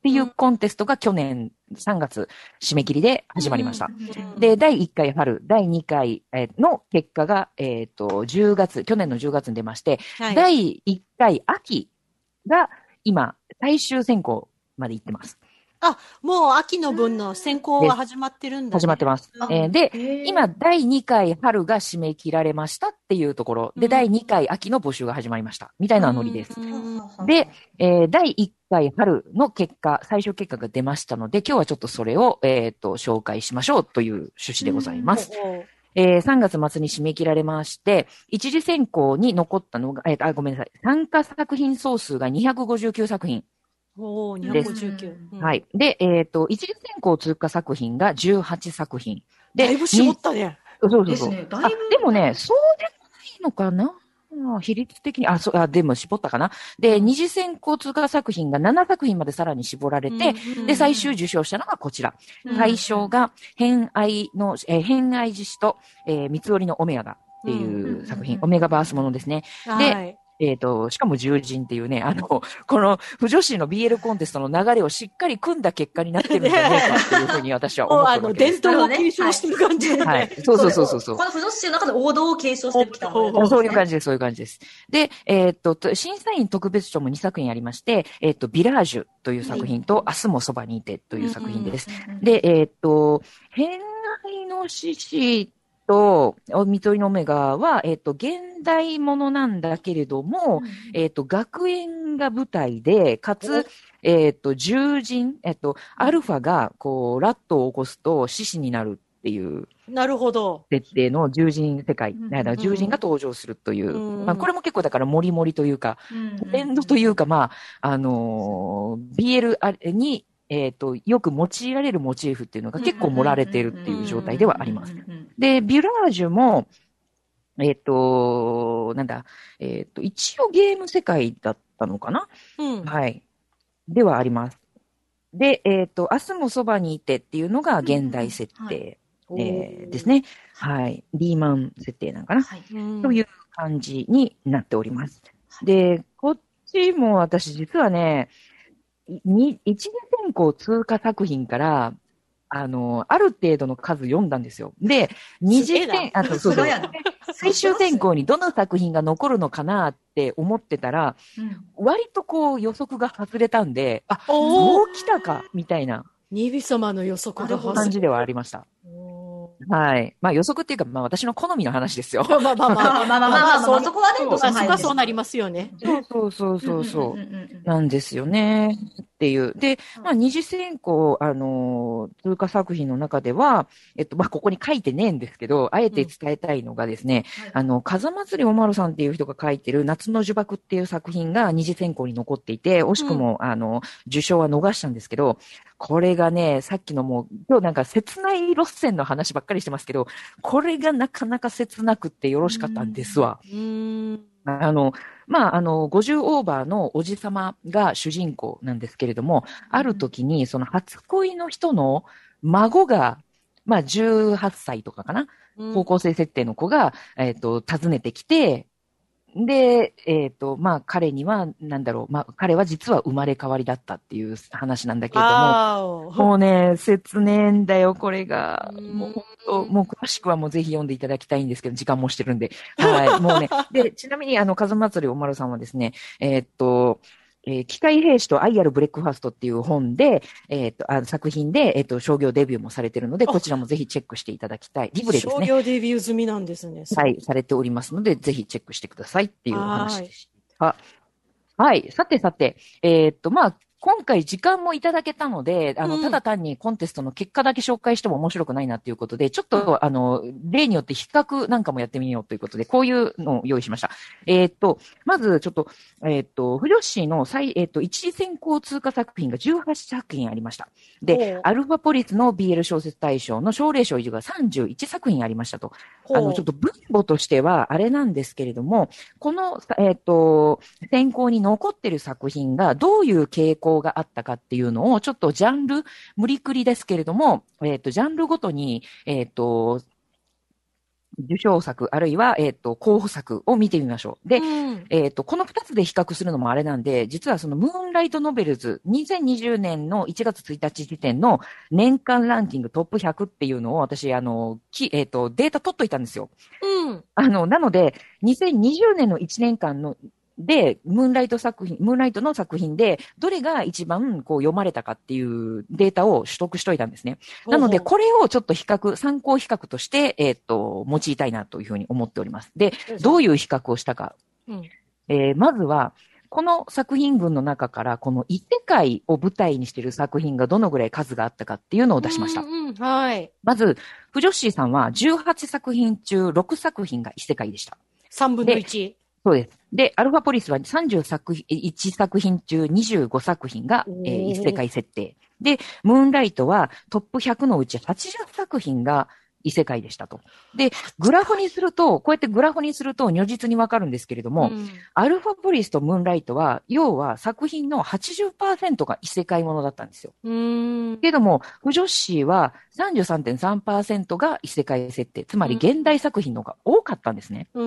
Speaker 2: っていうコンテストが去年さんがつ締め切りで始まりました。で、だいいっかい春、だいにかいの結果が、えっと、じゅうがつ、去年のじゅうがつに出まして、はい、だいいっかい秋が今、最終選考まで行ってます。
Speaker 1: あ、もう秋の分の選考は始まってるんだね。
Speaker 2: 始まってます。えー、で、今、だいにかい春が締め切られましたっていうところで、だいにかい秋の募集が始まりました。みたいなノリです。で、えー、だいいっかい春の結果、最終結果が出ましたので、今日はちょっとそれを、えっと、紹介しましょうという趣旨でございます。えー、さんがつ末に締め切られまして、一次選考に残ったのが、えー、あ、ごめんなさい。参加作品総数がにひゃくごじゅうきゅうさくひん。
Speaker 1: おー、にひゃくごじゅうきゅう。
Speaker 2: うん、はい。で、えっ、ー、と、一次選考通過作品がじゅうはちさくひん。で、
Speaker 1: だいぶ絞ったね。
Speaker 2: そうそうそう。ね、あ、でもね、そうでもないのかな、比率的に、あ、そう、あ、でも絞ったかな。で、二次選考通過作品がななさくひんまでさらに絞られて、うんうん、で、最終受賞したのがこちら。うん、対象が、偏愛の、えー、偏愛獅子と、えー、三つ折りのオメガっていう作品、うん、オメガバースものですね。で、はい、えっ、ー、と、しかも獣人っていうね、あの、この、不女子の ビーエル コンテストの流れをしっかり組んだ結果になってるんじゃないかっていうふうに私は思ってるわけです。
Speaker 1: 伝統を継承してる感じで、ね。
Speaker 2: はい。そうそうそうそう。
Speaker 3: この不女子の中の王道を継承してきたもの、ね、
Speaker 2: そういう感じです、そういう感じです。で、えっ、ー、と、審査員特別賞もにさくひんありまして、えっ、ー、と、ビラージュという作品と、明日もそばにいてという作品です。で、えっ、ー、と、偏愛の獅子と、三つ折りのオメガは、えっ、ー、と、現代ものなんだけれども、うん、えっ、ー、と、学園が舞台で、かつ、えっ、ー、と、獣人、えっ、と、アルファが、こう、ラットを起こすと獅子になるっていう。
Speaker 1: なるほど。
Speaker 2: 設定の獣人世界。だから獣人が登場するという。うん、まあ、これも結構だからモリモリというか、トレンドというか、まあ、あのー、ビーエル に、えっ、ー、と、よく用いられるモチーフっていうのが結構盛られているっていう状態ではあります。で、ビラージュも、えっ、ー、と、なんだ、えっ、ー、と、一応ゲーム世界だったのかな、うん、はい。ではあります。で、えっ、ー、と、明日もそばにいてっていうのが現代設定、うん、はい、えー、ですね。はい。リーマン設定なのかな、はい、という感じになっております。で、こっちも私実はね、に、一次選考通過作品から、あの、ある程度の数読んだんですよ。で、二次選、あと、そうそう。最終選考にどの作品が残るのかなって思ってたら、うん、割とこう予測が外れたんで、あ、もう来たか、みたいな。
Speaker 1: ニビ様の予測が
Speaker 2: 外れた感じではありました。はい。まあ予測っていうか、まあ私の好みの話ですよ。
Speaker 1: まあまあまあまあ。まあまあまあまあ、そ
Speaker 3: そこはね、
Speaker 1: まあそこはそうなりますよね。
Speaker 2: そうそうそうそう。なんですよね。っていう。で、まあ二次選考、あのー、通過作品の中では、えっと、まあここに書いてねえんですけど、あえて伝えたいのがですね、うん、あの、風祭りおまるさんっていう人が書いてる夏の呪縛っていう作品が二次選考に残っていて、惜しくも、うん、あの、受賞は逃したんですけど、これがね、さっきのもう、今日なんか切ない路線の話ばっかりしてますけど、これがなかなか切なくってよろしかったんですわ。うーん、あの、まあ、あの、ごじゅうオーバーのおじさまが主人公なんですけれども、ある時にその初恋の人の孫が、まあ、じゅうはっさいとかかな、高校生設定の子が、えっと、訪ねてきて、で、えっと、まあ、彼には、なんだろう、まあ、彼は実は生まれ変わりだったっていう話なんだけれども、もうね、切ねえんだよ、これが。もう本当、もう詳しくはもうぜひ読んでいただきたいんですけど、時間もしてるんで。はい、もうね。で、ちなみに、あの、風祭りおまるさんはですね、えー、っと、えー、機械兵士と愛あるブレックファーストっていう本で、えっ、ー、と、あの作品で、えっ、ー、と、商業デビューもされてるので、こちらもぜひチェックしていただきたい。リブレですね。
Speaker 1: 商業デビュー済みなんですね。
Speaker 2: はい、されておりますので、ぜひチェックしてくださいっていうお話でした。はい。さてさて、えっ、と、まあ、今回時間もいただけたので、あの、うん、ただ単にコンテストの結果だけ紹介しても面白くないなっていうことで、ちょっと、うん、あの、例によって比較なんかもやってみようということで、こういうのを用意しました。えっ、ー、と、まずちょっと、えっ、ー、と、不女子の最、えっ、ー、と、一次選考通過作品がじゅうはちさくひんありました。で、アルファポリスの ビーエル 小説大賞の奨励賞以上がさんじゅういちさくひんありましたと。あの、ちょっと分母としてはあれなんですけれども、この、えっ、と、選考に残っている作品がどういう傾向があったかっていうのを、ちょっとジャンル、無理くりですけれども、えっ、と、ジャンルごとに、えっ、と、 受賞作、あるいは、えっと、候補作を見てみましょう。で、
Speaker 1: うん、
Speaker 2: えっと、この二つで比較するのもあれなんで、実はそのムーンライトノベルズ、にせんにじゅうねんのいちがつついたち時点の年間ランキングトップひゃくっていうのを私、あの、きえっと、データ取っといたんですよ。
Speaker 1: うん。
Speaker 2: あの、なので、にせんにじゅうねんのいちねんかんので、ムーンライト作品、ムーンライトの作品で、どれが一番こう読まれたかっていうデータを取得しといたんですね。なので、これをちょっと比較、参考比較として、えっと、用いたいなというふうに思っております。で、どういう比較をしたか。
Speaker 1: うん、
Speaker 2: えー、まずは、この作品群の中から、この異世界を舞台にしている作品がどのぐらい数があったかっていうのを出しました。
Speaker 1: うんうん、はい。
Speaker 2: まず、フジョッシーさんはじゅうはちさく品中ろくさく品が異世界でした。
Speaker 1: さんぶんのいち。
Speaker 2: そうです。で、アルファポリスはさんじゅういちさく品中にじゅうごさく品が、えー、異世界設定。で、ムーンライトはトップひゃくのうちはちじゅっさく品が異世界でしたと。で、グラフにすると、こうやってグラフにすると如実にわかるんですけれども、うん、アルファポリスとムーンライトは、要は作品の はちじゅっパーセント が異世界ものだったんですよ。
Speaker 1: うーん。
Speaker 2: けども、フジョッシーは さんじゅうさんてんさんパーセント が異世界設定。つまり現代作品の方が多かったんですね。
Speaker 1: うん。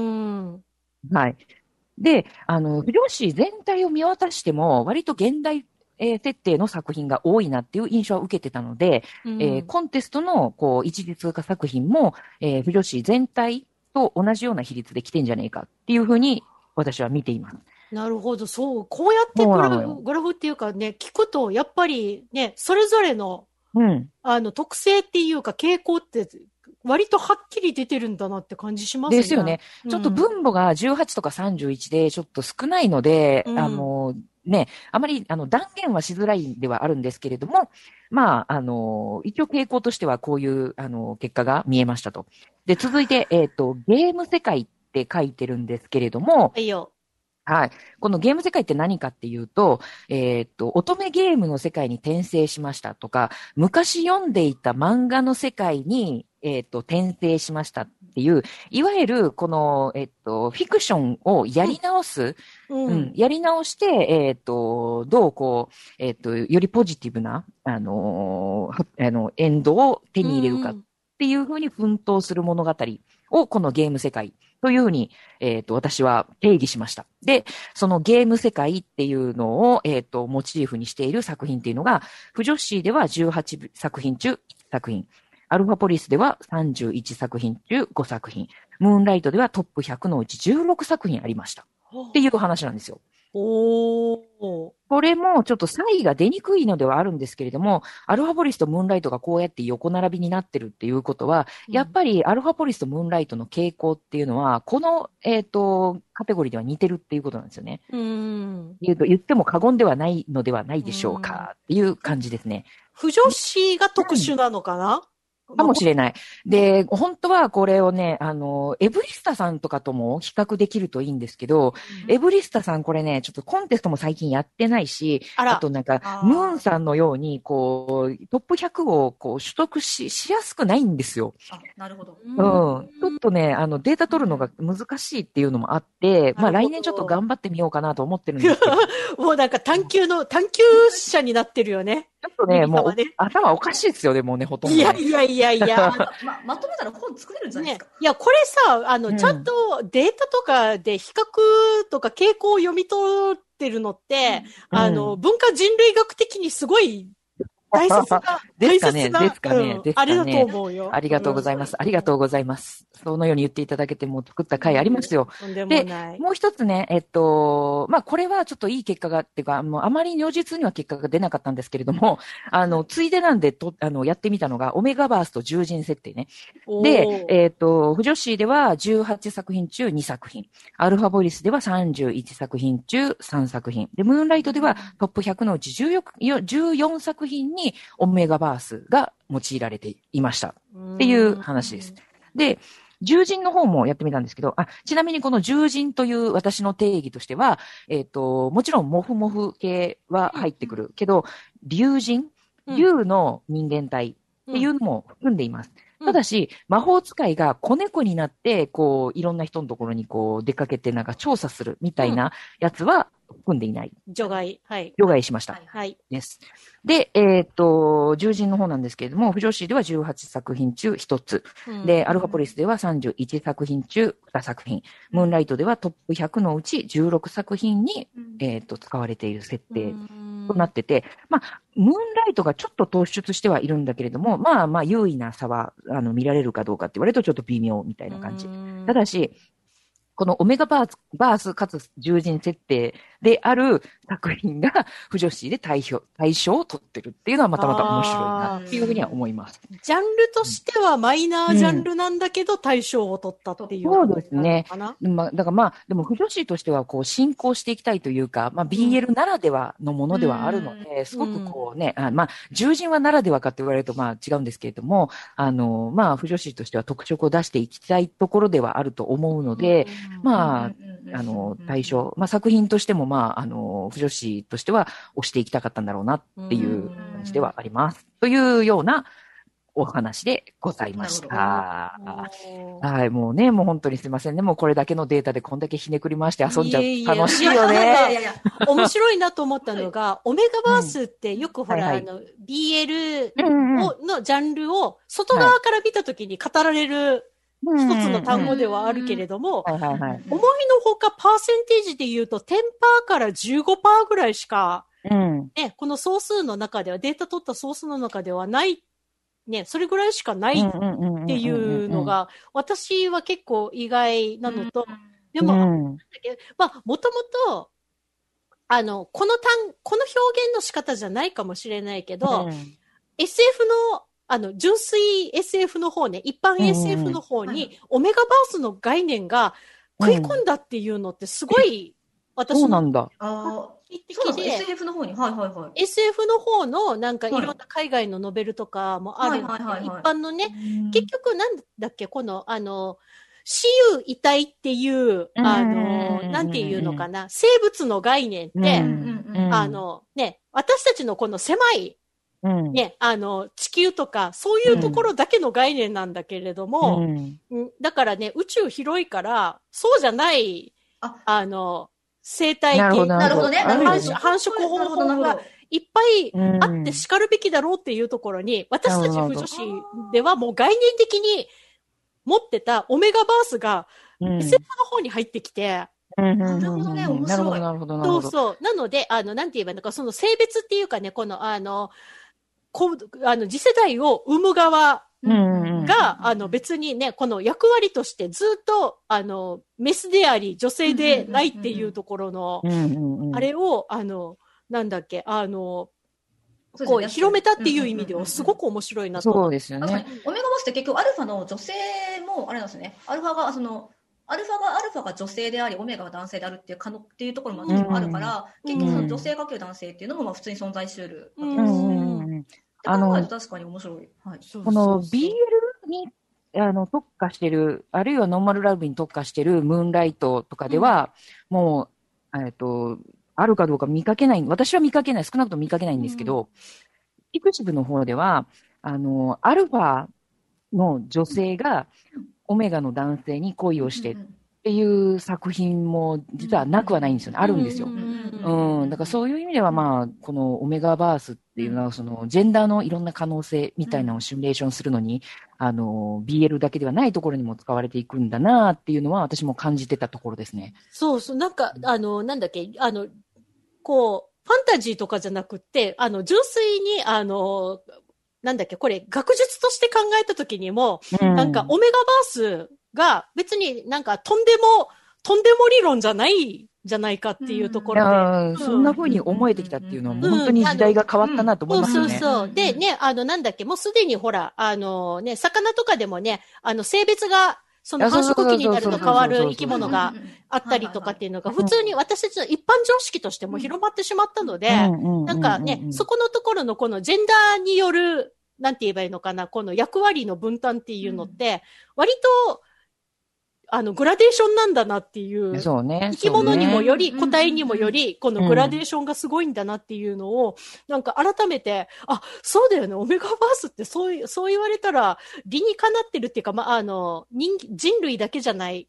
Speaker 2: はい。で、あの、フジョッシー全体を見渡しても、割と現代、えー、設定の作品が多いなっていう印象を受けてたので、うん、えー、コンテストの、こう、一次通過作品も、えー、フジョッシー全体と同じような比率で来てんじゃねえかっていうふうに、私は見ています。
Speaker 1: なるほど、そう。こうやってグラフ、グラフっていうかね、聞くと、やっぱりね、それぞれの、
Speaker 2: うん、
Speaker 1: あの、特性っていうか、傾向って、割とはっきり出てるんだなって感じしますね。
Speaker 2: ですよね。ちょっと分母がじゅうはちとかさんじゅういちでちょっと少ないので、うん、あの、ね、あまりあの断言はしづらいんではあるんですけれども、まあ、あの、一応傾向としてはこういうあの結果が見えましたと。で、続いて、えっと、ゲーム世界って書いてるんですけれども、
Speaker 1: はいよ。
Speaker 2: はい。このゲーム世界って何かっていうと、えー、っと、乙女ゲームの世界に転生しましたとか、昔読んでいた漫画の世界に、えー、っと、転生しましたっていう、いわゆる、この、えー、っと、フィクションをやり直す、うん、うん、やり直して、えー、っと、どうこう、えー、っと、よりポジティブな、あのー、あの、エンドを手に入れるかっていうふうに奮闘する物語を、このゲーム世界、というふうに、えっと、私は定義しました。で、そのゲーム世界っていうのを、えっと、モチーフにしている作品っていうのが、フジョッシーではじゅうはちさく品中いちさく品、アルファポリスではさんじゅういちさく品中ごさく品、ムーンライトではトップひゃくのうちじゅうろくさく品ありました。っていう話なんですよ。
Speaker 1: おー。
Speaker 2: これもちょっと差異が出にくいのではあるんですけれども、アルファポリスとムーンライトがこうやって横並びになってるっていうことは、うん、やっぱりアルファポリスとムーンライトの傾向っていうのは、この、えっと、カテゴリーでは似てるっていうことなんですよね。
Speaker 1: うん。
Speaker 2: 言うと、言っても過言ではないのではないでしょうかっていう感じですね。
Speaker 1: フジョッシーが特殊なのかな？
Speaker 2: かもしれない。で、本当はこれをね、あの、エブリスタさんとかとも比較できるといいんですけど、うん、エブリスタさんこれね、ちょっとコンテストも最近やってないし、あ, あとなんか、ムーンさんのように、こう、トップひゃくをこう取得し、しやすくないんですよ。
Speaker 3: あ、なるほど。
Speaker 2: うん。ちょっとね、あの、データ取るのが難しいっていうのもあって、まあ来年ちょっと頑張ってみようかなと思ってるんですけど。
Speaker 1: もうなんか探求の、探求者になってるよね。
Speaker 2: ちょっとね、もう、頭おかしいですよね、もうね、ほとんど、ね。
Speaker 1: いやいやいやいや。
Speaker 3: ま、まとめたら本作れるんじゃないですか。ね、
Speaker 1: いや、これさ、あの、うん、ちゃんとデータとかで比較とか傾向を読み取ってるのって、うん、あの、文化人類学的にすごい大切な、
Speaker 2: ですかね、ですかね、
Speaker 1: うん、
Speaker 2: ですかね。
Speaker 1: あれだと思うよ。
Speaker 2: ありがとうございます。ありがとうございます。そのように言っていただけても作った回ありますよ。
Speaker 1: とんでもない。
Speaker 2: で、もう一つね、えっと、まあ、これはちょっといい結果が、っていうか、もうあまり如実には結果が出なかったんですけれども、あの、ついでなんでと、あの、やってみたのが、オメガバースと獣人設定ね。で、えっと、フジョッシーではじゅうはちさく品中にさく品、アルファボリスではさんじゅういちさく品中さんさく品、で、ムーンライトではトップひゃくのうちじゅうよんさく品にオメガバースが用いられていましたっていう話です。で、獣人の方もやってみたんですけど、あ、ちなみにこの獣人という私の定義としては、えっと、もちろんモフモフ系は入ってくるけど、竜人、竜の人間体っていうのも含んでいます。ただし、魔法使いが子猫になって、こう、いろんな人のところにこう、出かけてなんか調査するみたいなやつは含んでいない。
Speaker 1: 除外。はい。
Speaker 2: 除外しました。
Speaker 1: はい。
Speaker 2: です。で、えっと、獣人の方なんですけれども、不女子ではじゅうはちさく品中ひとつ。うん、で、アルファポリスではさんじゅういちさく品中にさく品。ムーンライトではトップひゃくのうちじゅうろくさく品に、うん、えっと、使われている設定となってて、まあ、ムーンライトがちょっと突出してはいるんだけれども、まあまあ、優位な差は、あの、見られるかどうかって言われるとちょっと微妙みたいな感じ。ただし、このオメガバース、バースかつ獣人設定である作品が不女子で対象、対象を取ってるっていうのはまたまた面白いなっていうふうには思います。
Speaker 1: ジャンルとしてはマイナージャンルなんだけど対象を取ったっていう、
Speaker 2: うん、そうですね。まあ、だからまあ、でも不女子としてはこう進行していきたいというか、まあ ビーエル ならではのものではあるので、うん、すごくこうね、あまあ、獣人はならではかって言われるとまあ違うんですけれども、あの、まあ不女子としては特色を出していきたいところではあると思うので、うん、まあ、あの、対象、まあ、作品としても、まあ、あの、不女子としては推していきたかったんだろうなっていう感じではあります。というようなお話でございました。はい、もうね、もう本当にすいませんね。もうこれだけのデータでこんだけひねくり回して遊んじゃう。楽しいよね。いやいやいや
Speaker 1: 面白いなと思ったのが、オメガバースってよくほら、うんはいはい、あの、ビーエル を、のジャンルを外側から見たときに語られる、はい一つの単語ではあるけれども、思いのほかパーセンテージで言うと じゅっパーセント から じゅうごパーセント ぐらいしか、
Speaker 2: うん
Speaker 1: ね、この総数の中では、データ取った総数の中ではない、ね、それぐらいしかないっていうのが、私は結構意外なのと、でも、なんだっけ、まあ、もともと、あの、この単、この表現の仕方じゃないかもしれないけど、うん、エスエフ のあの、純粋 エスエフ の方ね、一般 エスエフ の方に、オメガバースの概念が食い込んだっていうのってすごい、私
Speaker 2: そうなんだ。
Speaker 3: ああ、そうなんだ。エスエフ の方に。はいはいはい。
Speaker 1: エスエフ の方の、なんかいろんな海外のノベルとかもあるんで、一般のね、結局なんだっけ、この、あの、死有遺体っていう、あの、なんていうのかな、生物の概念って、あの、ね、私たちのこの狭い、うん、ね、あの、地球とか、そういうところだけの概念なんだけれども、うんうん、だからね、宇宙広いから、そうじゃない、あ, あの、生態系、
Speaker 3: なるほどね、
Speaker 1: 繁殖方法がいっぱいあって叱るべきだろうっていうところに、私たち不女子ではもう概念的に持ってたオメガバースが、エスエフ の方に入ってきて、
Speaker 3: なるほどね、面白い。
Speaker 2: なるほど、なるほど。
Speaker 1: そうそう。なので、あの、なんて言えばいいのか、その性別っていうかね、この、あの、こあの次世代を生む側が、あの別にね、この役割としてずっと、あの、メスであり、女性でないっていうところの、あれを、あの、なんだっけ、あの、こう、広めたっていう意味ではすごく面白いなと。
Speaker 2: そうですよね。
Speaker 3: オメガバースって結局アルファの女性も、あれなんですよね。アルファが、その、アルファが、アルファが女性であり、オメガが男性であるっていう可能っていうところもあるから、うん、結局その女性かける男性っていうのもまあ普通に存在しているわけです。うんあの、確かに面白い。はい。
Speaker 2: この ビーエル にあの特化してる、あるいはノーマルラブに特化してるムーンライトとかでは、うん、もう、えっと、あるかどうか見かけない、私は見かけない、少なくとも見かけないんですけど、ピクシブの方では、あの、アルファの女性がオメガの男性に恋をして、っていう作品も実はなくはないんですよね。あるんですよ。うん。だからそういう意味ではまあ、このオメガバースっていうのは、そのジェンダーのいろんな可能性みたいなのをシミュレーションするのに、あの、ビーエル だけではないところにも使われていくんだなっていうのは私も感じてたところですね。
Speaker 1: そうそう。なんか、あの、なんだっけ、あの、こう、ファンタジーとかじゃなくって、あの、純粋に、あの、なんだっけ、これ、学術として考えたときにも、うん、なんか、オメガバースが別になんか、とんでも、とんでも理論じゃないじゃないかっていうところで。
Speaker 2: うんうん、そんな風に思えてきたっていうのは、もう本当に時代が変わったなと思いますよね。
Speaker 1: そうそうそう。でね、あの、なんだっけ、もうすでにほら、あのね、魚とかでもね、あの、性別が、その繁殖期になると変わる生き物があったりとかっていうのが、普通に私たちの一般常識としても広まってしまったので、なんかね、そこのところのこのジェンダーによる、なんて言えばいいのかな、この役割の分担っていうのって、割と、あの、グラデーションなんだなっていう。
Speaker 2: そうね。
Speaker 1: 生き物にもより、個体にもより、このグラデーションがすごいんだなっていうのを、なんか改めて、あ、そうだよね、オメガバースってそう、そう言われたら、理にかなってるっていうか、まあ、あの、人、人類だけじゃない、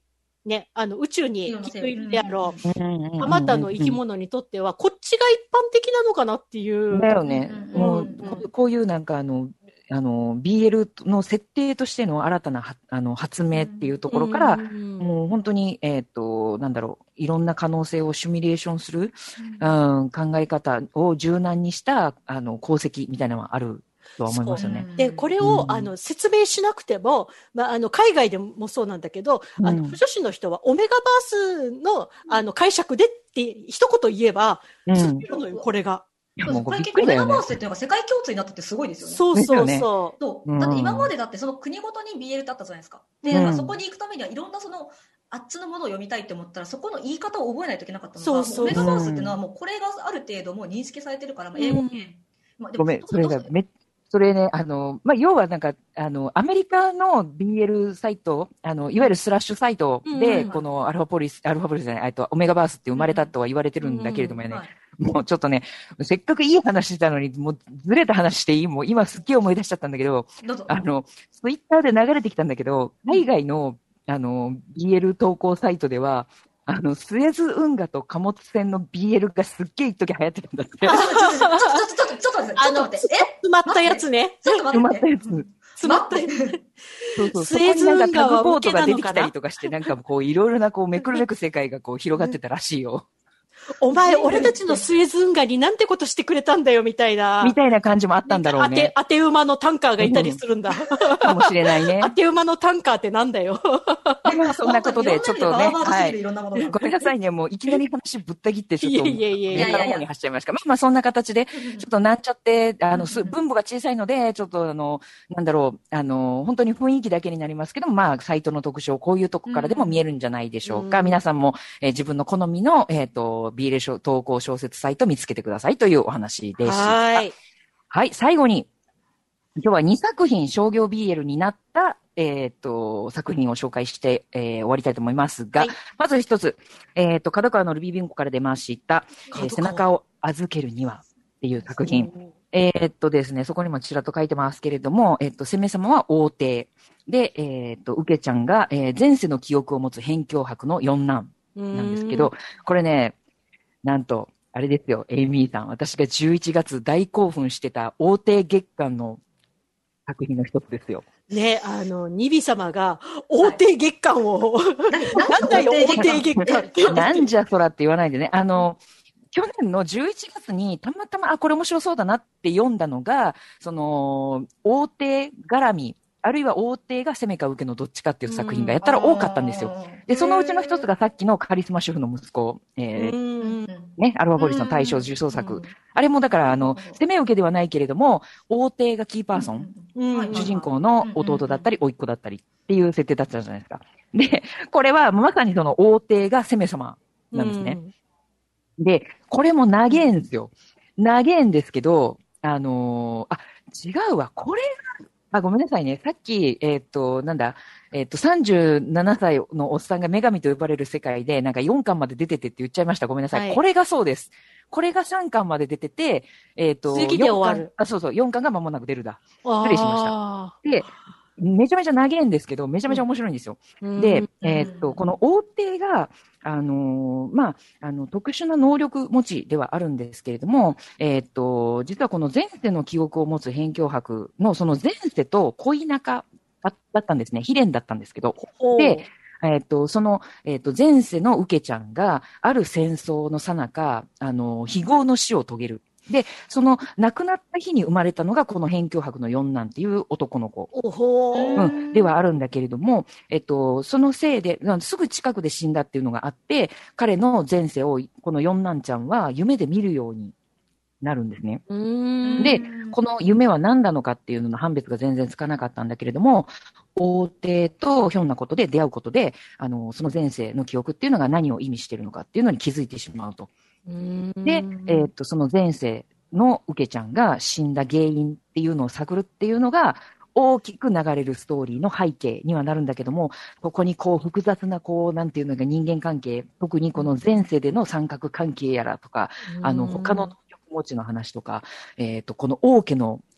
Speaker 1: ね、あの、宇宙にきっといるであろう、
Speaker 2: うん
Speaker 1: あまたの生き物にとっては、こっちが一般的なのかなっていう。
Speaker 2: だよね。
Speaker 3: うん
Speaker 2: もう、
Speaker 3: うん
Speaker 2: ここういうなんかあの、あの、ビーエル の設定としての新たなはあの発明っていうところから、
Speaker 1: うん
Speaker 2: もう本当に、えっと、なんだろう、いろんな可能性をシミュレーションする、うん、考え方を柔軟にした、あの、功績みたいなのはあるとは思いますよね。
Speaker 1: で、これを、
Speaker 2: うん
Speaker 1: あの、説明しなくても、まあ、あの、海外でもそうなんだけど、あの、
Speaker 2: うん
Speaker 1: 不女子の人はオメガバースの、あの、解釈でって一言言えば、
Speaker 2: うん
Speaker 1: 通じるのよ、これが。
Speaker 3: そうです。これ
Speaker 2: もうびっ
Speaker 3: 結構メガ
Speaker 2: くりだよね
Speaker 3: バースっていうのが世界共通になっててすごいですよね。
Speaker 1: そうそう
Speaker 2: です
Speaker 1: そう。
Speaker 3: そう
Speaker 2: うん
Speaker 3: だって今までだってその国ごとに ビーエル ってあったじゃないですか。で、
Speaker 2: うん
Speaker 3: なんかそこに行くためにはいろんなその、あっちのものを読みたいって思ったら、そこの言い方を覚えないといけなかったのが、
Speaker 1: そうそう
Speaker 3: もうメガバースっていうのはもうこれがある程度もう認識されてるから、まあ英語で、
Speaker 1: うん
Speaker 3: まあでも
Speaker 2: ごめん、それがめ、それね、あの、まあ、要はなんか、あの、アメリカの ビーエル サイト、あの、いわゆるスラッシュサイトで、
Speaker 1: うん
Speaker 2: このアルファポリス、アルファポリスじゃない、えっと、オメガバースって生まれたとは言われてるんだけれどもね、
Speaker 3: はい
Speaker 2: もうちょっとね、せっかくいい話してたのに、もうずれた話していいもう今すっげえ思い出しちゃったんだけど、
Speaker 3: どうぞ。
Speaker 2: あの、ツイッターで流れてきたんだけど、海外の、あの、ビーエル 投稿サイトでは、あの、スエズ運河と貨物船の ビーエル がすっげえ一時流行ってたんだって。
Speaker 3: ちょっと、ちょっと、ちょっと、ちょっと、ちょっと、ちょっと待って、ちょっと待って、え
Speaker 1: 詰まったやつね。
Speaker 3: ちょっと
Speaker 2: 埋ま
Speaker 3: 待って。
Speaker 2: ったやつ。
Speaker 1: 詰まったやつ。
Speaker 2: そうそう。
Speaker 1: スエズ運河は
Speaker 2: そこになんかタグボートが出てき
Speaker 1: 受けなのかな
Speaker 2: たりとかして、なんかこう、いろいろなこう、めくるめく世界がこう、広がってたらしいよ。
Speaker 1: お前、俺たちのスエズ運河になんてことしてくれたんだよ、みたいな。
Speaker 2: みたいな感じもあったんだろう
Speaker 1: 当て
Speaker 2: ね、。
Speaker 1: 当て馬のタンカーがいたりするんだ。
Speaker 2: かもしれないね
Speaker 1: 当。て馬のタンカーってなんだよ。
Speaker 2: まあそんなことで、ちょっとね、
Speaker 3: は。
Speaker 2: はいい。
Speaker 3: いろんなものが。
Speaker 2: ごめんなさいね、もういきなり話ぶった切って、ちょっと、
Speaker 1: いやいやいやいや
Speaker 2: ネタの方に走っちゃいました。まあまあそんな形で、ちょっとなんちゃって、あの、す分母が小さいので、ちょっとあの、なんだろう、あの、本当に雰囲気だけになりますけども、まあ、サイトの特徴、こういうとこからでも見えるんじゃないでしょうか。
Speaker 1: うん
Speaker 2: 皆さんも、えー自分の好みの、えっ、と、ビーエル 投稿小説サイト見つけてくださいというお話でした。
Speaker 1: はい。
Speaker 2: はい、最後に、今日はにさく品商業 ビーエル になった、えっ、と、作品を紹介して、えー終わりたいと思いますが、
Speaker 1: はい
Speaker 2: まず一つ、えっ、と、角川のルビービンゴから出ました、えー
Speaker 1: 角川
Speaker 2: 背中を預けるにはっていう作品。えっ、とですね、そこにもちらっと書いてますけれども、えっ、と、攻め様は王帝。で、えっ、と、受けちゃんが、えー前世の記憶を持つ辺境博の四男なんですけど、これね、なんと、あれですよ、エイミーさん。私がじゅういちがつ大興奮してた王帝月間の作品の一つですよ。
Speaker 1: ね、あの、ニビ様が、王帝月間を、なんだよ、王帝月間って。
Speaker 2: なんじゃそらって言わないでね。あの、去年のじゅういちがつにたまたま、あ、これ面白そうだなって読んだのが、その、王帝絡み、あるいは王帝が攻めか受けのどっちかっていう作品がやったら多かったんですよ。で、そのうちの一つがさっきのカリスマ主婦の息子、えー
Speaker 1: うん
Speaker 2: ね、アルファポリスの大賞受賞作。あれもだから、あの、攻め受けではないけれども、王帝がキーパーソン、
Speaker 1: うん
Speaker 2: 主人公の弟だったり、甥っ子だったりっていう設定だったじゃないですか。で、これはまさにその王帝が攻め様なんですね。で、これも長えんですよ。長えんですけど、あのーあ、違うわ。これが、あ、ごめんなさいね。さっき、えっ、と、なんだ、えっ、と、さんじゅうななさいのおっさんが女神と呼ばれる世界で、なんかよんかんまで出ててって言っちゃいました。ごめんなさい。
Speaker 1: はい
Speaker 2: これがそうです。これがさんかんまで出てて、えっ、と、
Speaker 1: 次で終わる
Speaker 2: よんかんあ、そうそう、よんかんが間もなく出るだ。
Speaker 1: 失
Speaker 2: 失礼しましたで、めちゃめちゃ長いんですけど、めちゃめちゃ面白いんですよ。で、えーっと、この王帝が、あのーまあ、あの、特殊な能力持ちではあるんですけれども、えーっと、実はこの前世の記憶を持つ辺境博のその前世と恋仲だったんですね。悲恋だったんですけど。で、えーっと、その、えーっと、前世の受けちゃんが、ある戦争の最中、あの、非業の死を遂げる。で、その亡くなった日に生まれたのがこの辺境博の四男っていう男の子、
Speaker 1: おほー
Speaker 2: うん、ではあるんだけれども、えっと、そのせいで、すぐ近くで死んだっていうのがあって、彼の前世をこの四男ちゃんは夢で見るようになるんですね。
Speaker 1: うん
Speaker 2: で、この夢は何なのかっていうのの判別が全然つかなかったんだけれども、王帝とひょんなことで出会うことで、あの、その前世の記憶っていうのが何を意味しているのかっていうのに気づいてしまうと。で、えーっと、その前世の受けちゃんが死んだ原因っていうのを探るっていうのが、大きく流れるストーリーの背景にはなるんだけども、ここにこう複雑なこう、なんていうのが人間関係、特にこの前世での三角関係やらとか、あの、他の能力持ちの話とか、えーっと、この王家の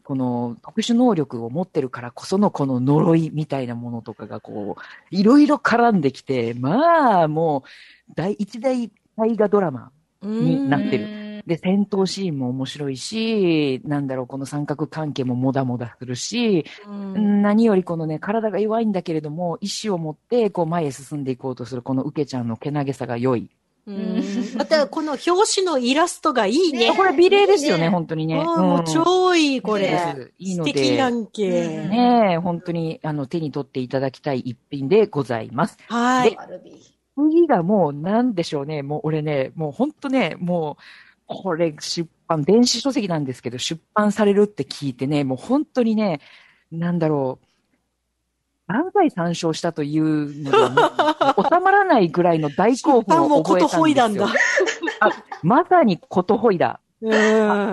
Speaker 2: この特殊能力を持ってるからこそのこの呪いみたいなものとかがこう、いろいろ絡んできて、まあもう、大一大大河ドラマになってる。で、戦闘シーンも面白いし、なんだろう、この三角関係ももだもだするし、何よりこのね、体が弱いんだけれども、意志を持ってこう前へ進んでいこうとするこのウケちゃんのけなげさが良い。
Speaker 1: うん、また、この表紙のイラストがいいね。
Speaker 2: これ美麗ですよね、ね本当にね。
Speaker 1: うん、もう超いい、これ。
Speaker 2: いいので。
Speaker 1: 素敵やんけ。
Speaker 2: ねえ、本当に、あの、手に取っていただきたい一品でございます。
Speaker 1: はい。
Speaker 2: 次がもう、なんでしょうね。もう俺ね、もう本当ね、もう、これ出版、電子書籍なんですけど、出版されるって聞いてね、もう本当にね、なんだろう。万歳参照したというのではもう収まらないぐらいの大興奮を覚えたんですよ。もうことほいだんだ。あ、まさにことほいだ。
Speaker 1: うん。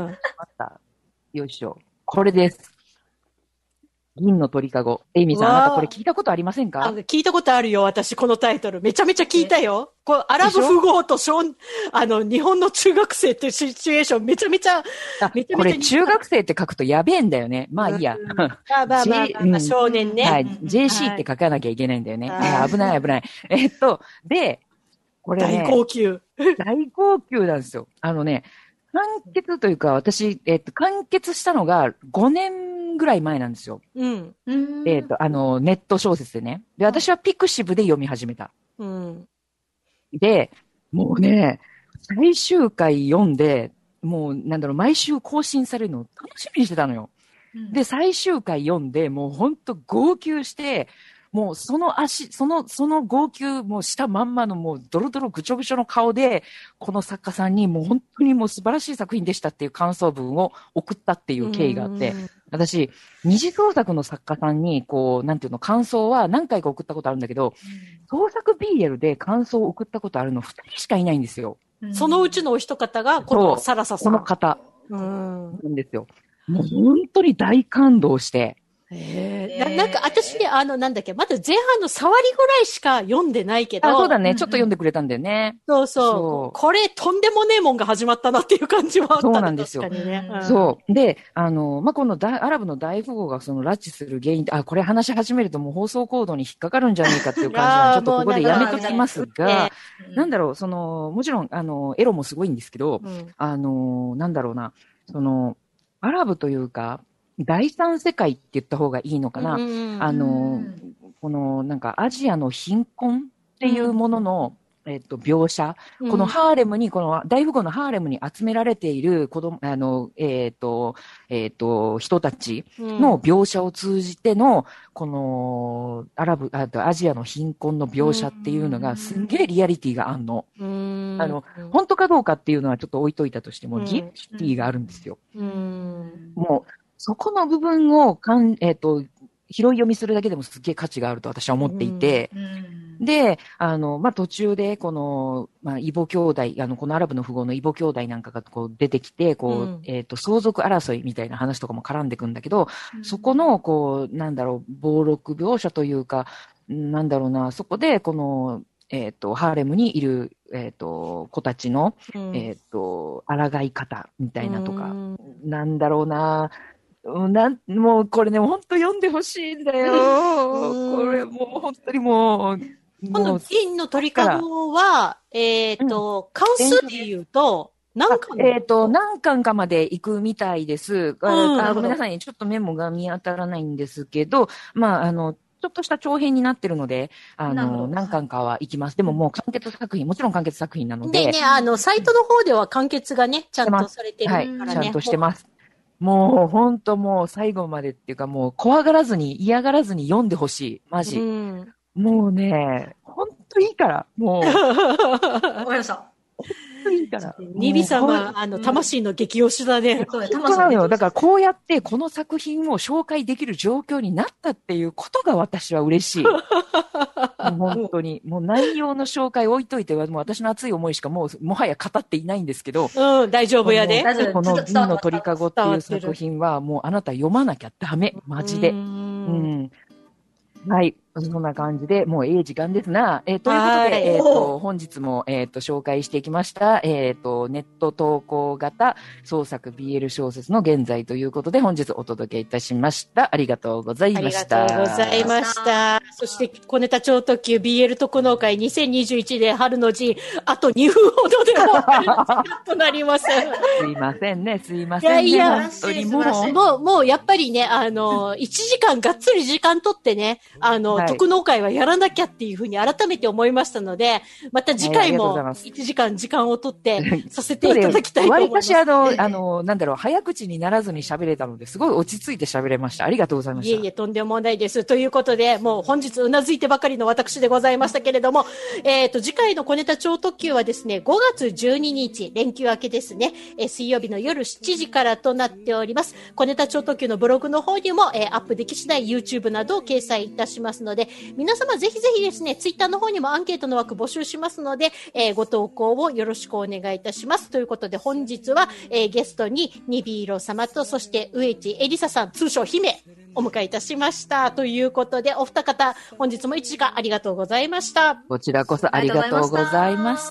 Speaker 2: また、よいしょ。これです。銀の鳥かご。エイミーさん、あなたこれ聞いたことありませんか？
Speaker 1: 聞いたことあるよ、私、このタイトル。めちゃめちゃ聞いたよ。こうアラブ富豪とショーン、あの、日本の中学生っていうシチュエーション、めちゃめちゃ、めちゃめちゃ。
Speaker 2: これ中学生って書くとやべえんだよね。まあいいや。
Speaker 1: まあまあまあ、まあ、少年ね。
Speaker 2: はい。ジェーシー って書かなきゃいけないんだよね。危ない危ない。えっと、で、これね。
Speaker 1: 大号泣。
Speaker 2: 大号泣なんですよ。あのね、完結というか、私、えっと、完結したのがごねんぐらい前なんですよ。
Speaker 1: うん。
Speaker 2: えっと、あの、ネット小説でね。で、私はピクシブで読み始めた。
Speaker 1: うん。
Speaker 2: で、もうね、最終回読んで、もう、なんだろう、毎週更新されるのを楽しみにしてたのよ。うん、で、最終回読んで、もうほんと号泣して、もうその足、その、その号泣もしたまんまのもうドロドロぐちょぐちょの顔で、この作家さんにもう本当にもう素晴らしい作品でしたっていう感想文を送ったっていう経緯があって、私、二次創作の作家さんに、こう、なんていうの、感想は何回か送ったことあるんだけど、創作 ビーエル で感想を送ったことあるの二人しかいないんですよ。
Speaker 1: そのうちのお一方が、このサラサさん。
Speaker 2: この方。なんですよ。もう本当に大感動して、
Speaker 1: えー、な, なんか私ね、あの、なんだっけ、まだ前半の触りぐらいしか読んでないけど。
Speaker 2: あ、そうだね。ちょっと読んでくれたんだよね。
Speaker 1: そうそう。そうこれ、とんでもねえもんが始まったなっていう感じはあった、ね。
Speaker 2: そうなんですよ。確かにね。うん、そう。で、あの、まあ、このアラブの大富豪がその拉致する原因、あ、これ話し始めるともう放送コードに引っかかるんじゃないかっていう感じは、ちょっとここでやめときますが、なんだろう、その、もちろん、あの、エロもすごいんですけど、うん、あの、なんだろうな、その、アラブというか、第三世界って言った方がいいのかな。うん、あの、このなんかアジアの貧困っていうものの、うん、えっと、描写、うん、このハーレムに、この大富豪のハーレムに集められている子供、あの、えっと、えっと、人たちの描写を通じての、このアラブ、あとアジアの貧困の描写っていうのがすんげえリアリティがあんの。うん、あの、本当かどうかっていうのはちょっと置いといたとしても、リアリティがあるんですよ。うん、もう、そこの部分をかん、えっと、拾い読みするだけでもすっげえ価値があると私は思っていて、うんうん、で、あの、まあ、途中で、この、まあ、異母兄弟、あの、このアラブの富豪の異母兄弟なんかがこう出てきて、こう、うん、えっと、相続争いみたいな話とかも絡んでくんだけど、うん、そこの、こう、なんだろう、暴力描写というか、なんだろうな、そこで、この、えっと、ハーレムにいる、えっと、子たちの、うん、えっと、抗い方みたいなとか、うん、なんだろうな、なん、もうこれね、ほんと読んでほしいんだよ。これもう本当にもう。
Speaker 1: この銀の鳥かごは、えっ、ー、と、関数で言うと、何巻
Speaker 2: えっ、ー、と、何巻かまで行くみたいです。うん、あごめんなさいね。ちょっとメモが見当たらないんですけど、まあ、あの、ちょっとした長編になってるので、あの、何巻かは行きます。でももう完結作品、もちろん完結作品なので。
Speaker 1: でね、あの、サイトの方では完結がね、ちゃんとされてるからね。
Speaker 2: はい、ちゃんとしてます。もう、ほんともう最後までっていうかもう怖がらずに嫌がらずに読んでほしい。マジ。うん、もうね、ほんといいから。もう。わ
Speaker 3: かりました。
Speaker 2: ほんといいから。
Speaker 1: ニビさんは、あの、魂の激推しだね。
Speaker 2: そう、魂なのよ。だからこうやってこの作品を紹介できる状況になったっていうことが私は嬉しい。本当に。もう内容の紹介置いといては、もう私の熱い思いしかもう、もはや語っていないんですけど。
Speaker 1: うん、大丈夫やで。
Speaker 2: この銀の鳥かごっていう作品は、もうあなた読まなきゃダメ。マジで。うん。はい。 そんな感じで、もうええ時間ですな。えー、ということで、えっ、ー、と、本日も、えっ、ー、と、紹介してきました、えっ、ー、と、ネット投稿型創作 ビーエル 小説の現在ということで、本日お届けいたしました。ありがとうございました。
Speaker 1: ありがとうございました。そして、小ネタ超特急 ビーエル 特納会にせんにじゅういちねん春の陣、あとにふんほどでも春の陣となります。
Speaker 2: すいませんね、すいませんね。
Speaker 1: いやいや、
Speaker 2: 本当にも
Speaker 1: う、もう、もうやっぱりね、あの、いちじかんがっつり時間取ってね、あの、はい、特納会はやらなきゃっていうふうに改めて思いましたので、また次回もいちじかん時間を取ってさせていただきたいと思います。
Speaker 2: 割かしあの、あの、なんだろう、早口にならずに喋れたので、すごい落ち着いて喋れました。ありがとうございました。
Speaker 1: いえいえ、とんでもないです。ということで、もう本日うなずいてばかりの私でございましたけれども、えっと、次回の小ネタ超特急はですね、ごがつじゅうににち、連休明けですね、え水曜日の夜しちじからとなっております。小ネタ超特急のブログの方にも、えー、アップでき次第 YouTube などを掲載いたしますので、皆様ぜひぜひですね、ツイッターの方にもアンケートの枠募集しますので、えー、ご投稿をよろしくお願いいたします。ということで本日は、えー、ゲストにニビーロ様と、そして植地エリサさん、通称姫、お迎えいたしました。ということで、お二方、本日もいちじかんありがとうございました。
Speaker 2: こちらこそありがとうございました。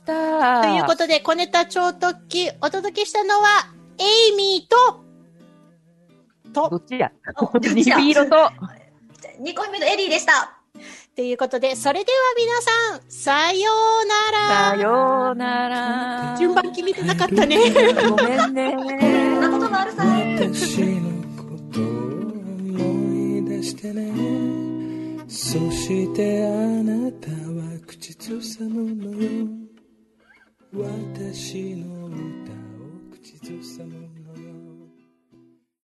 Speaker 1: ということで、小ネタ超特急お届けしたのは、エイミーと、
Speaker 2: と、どっちやニビーロと、
Speaker 3: にこめのエリーでした。
Speaker 1: ということで、それでは皆さん、さようなら。
Speaker 2: さようなら。
Speaker 1: 順番決めてなかったね。
Speaker 2: ごめんね。
Speaker 3: そんなこともあるさ。
Speaker 8: 私のことを思い出してね。そしてあなたは口ずさむのよ。私の歌を口ずさむ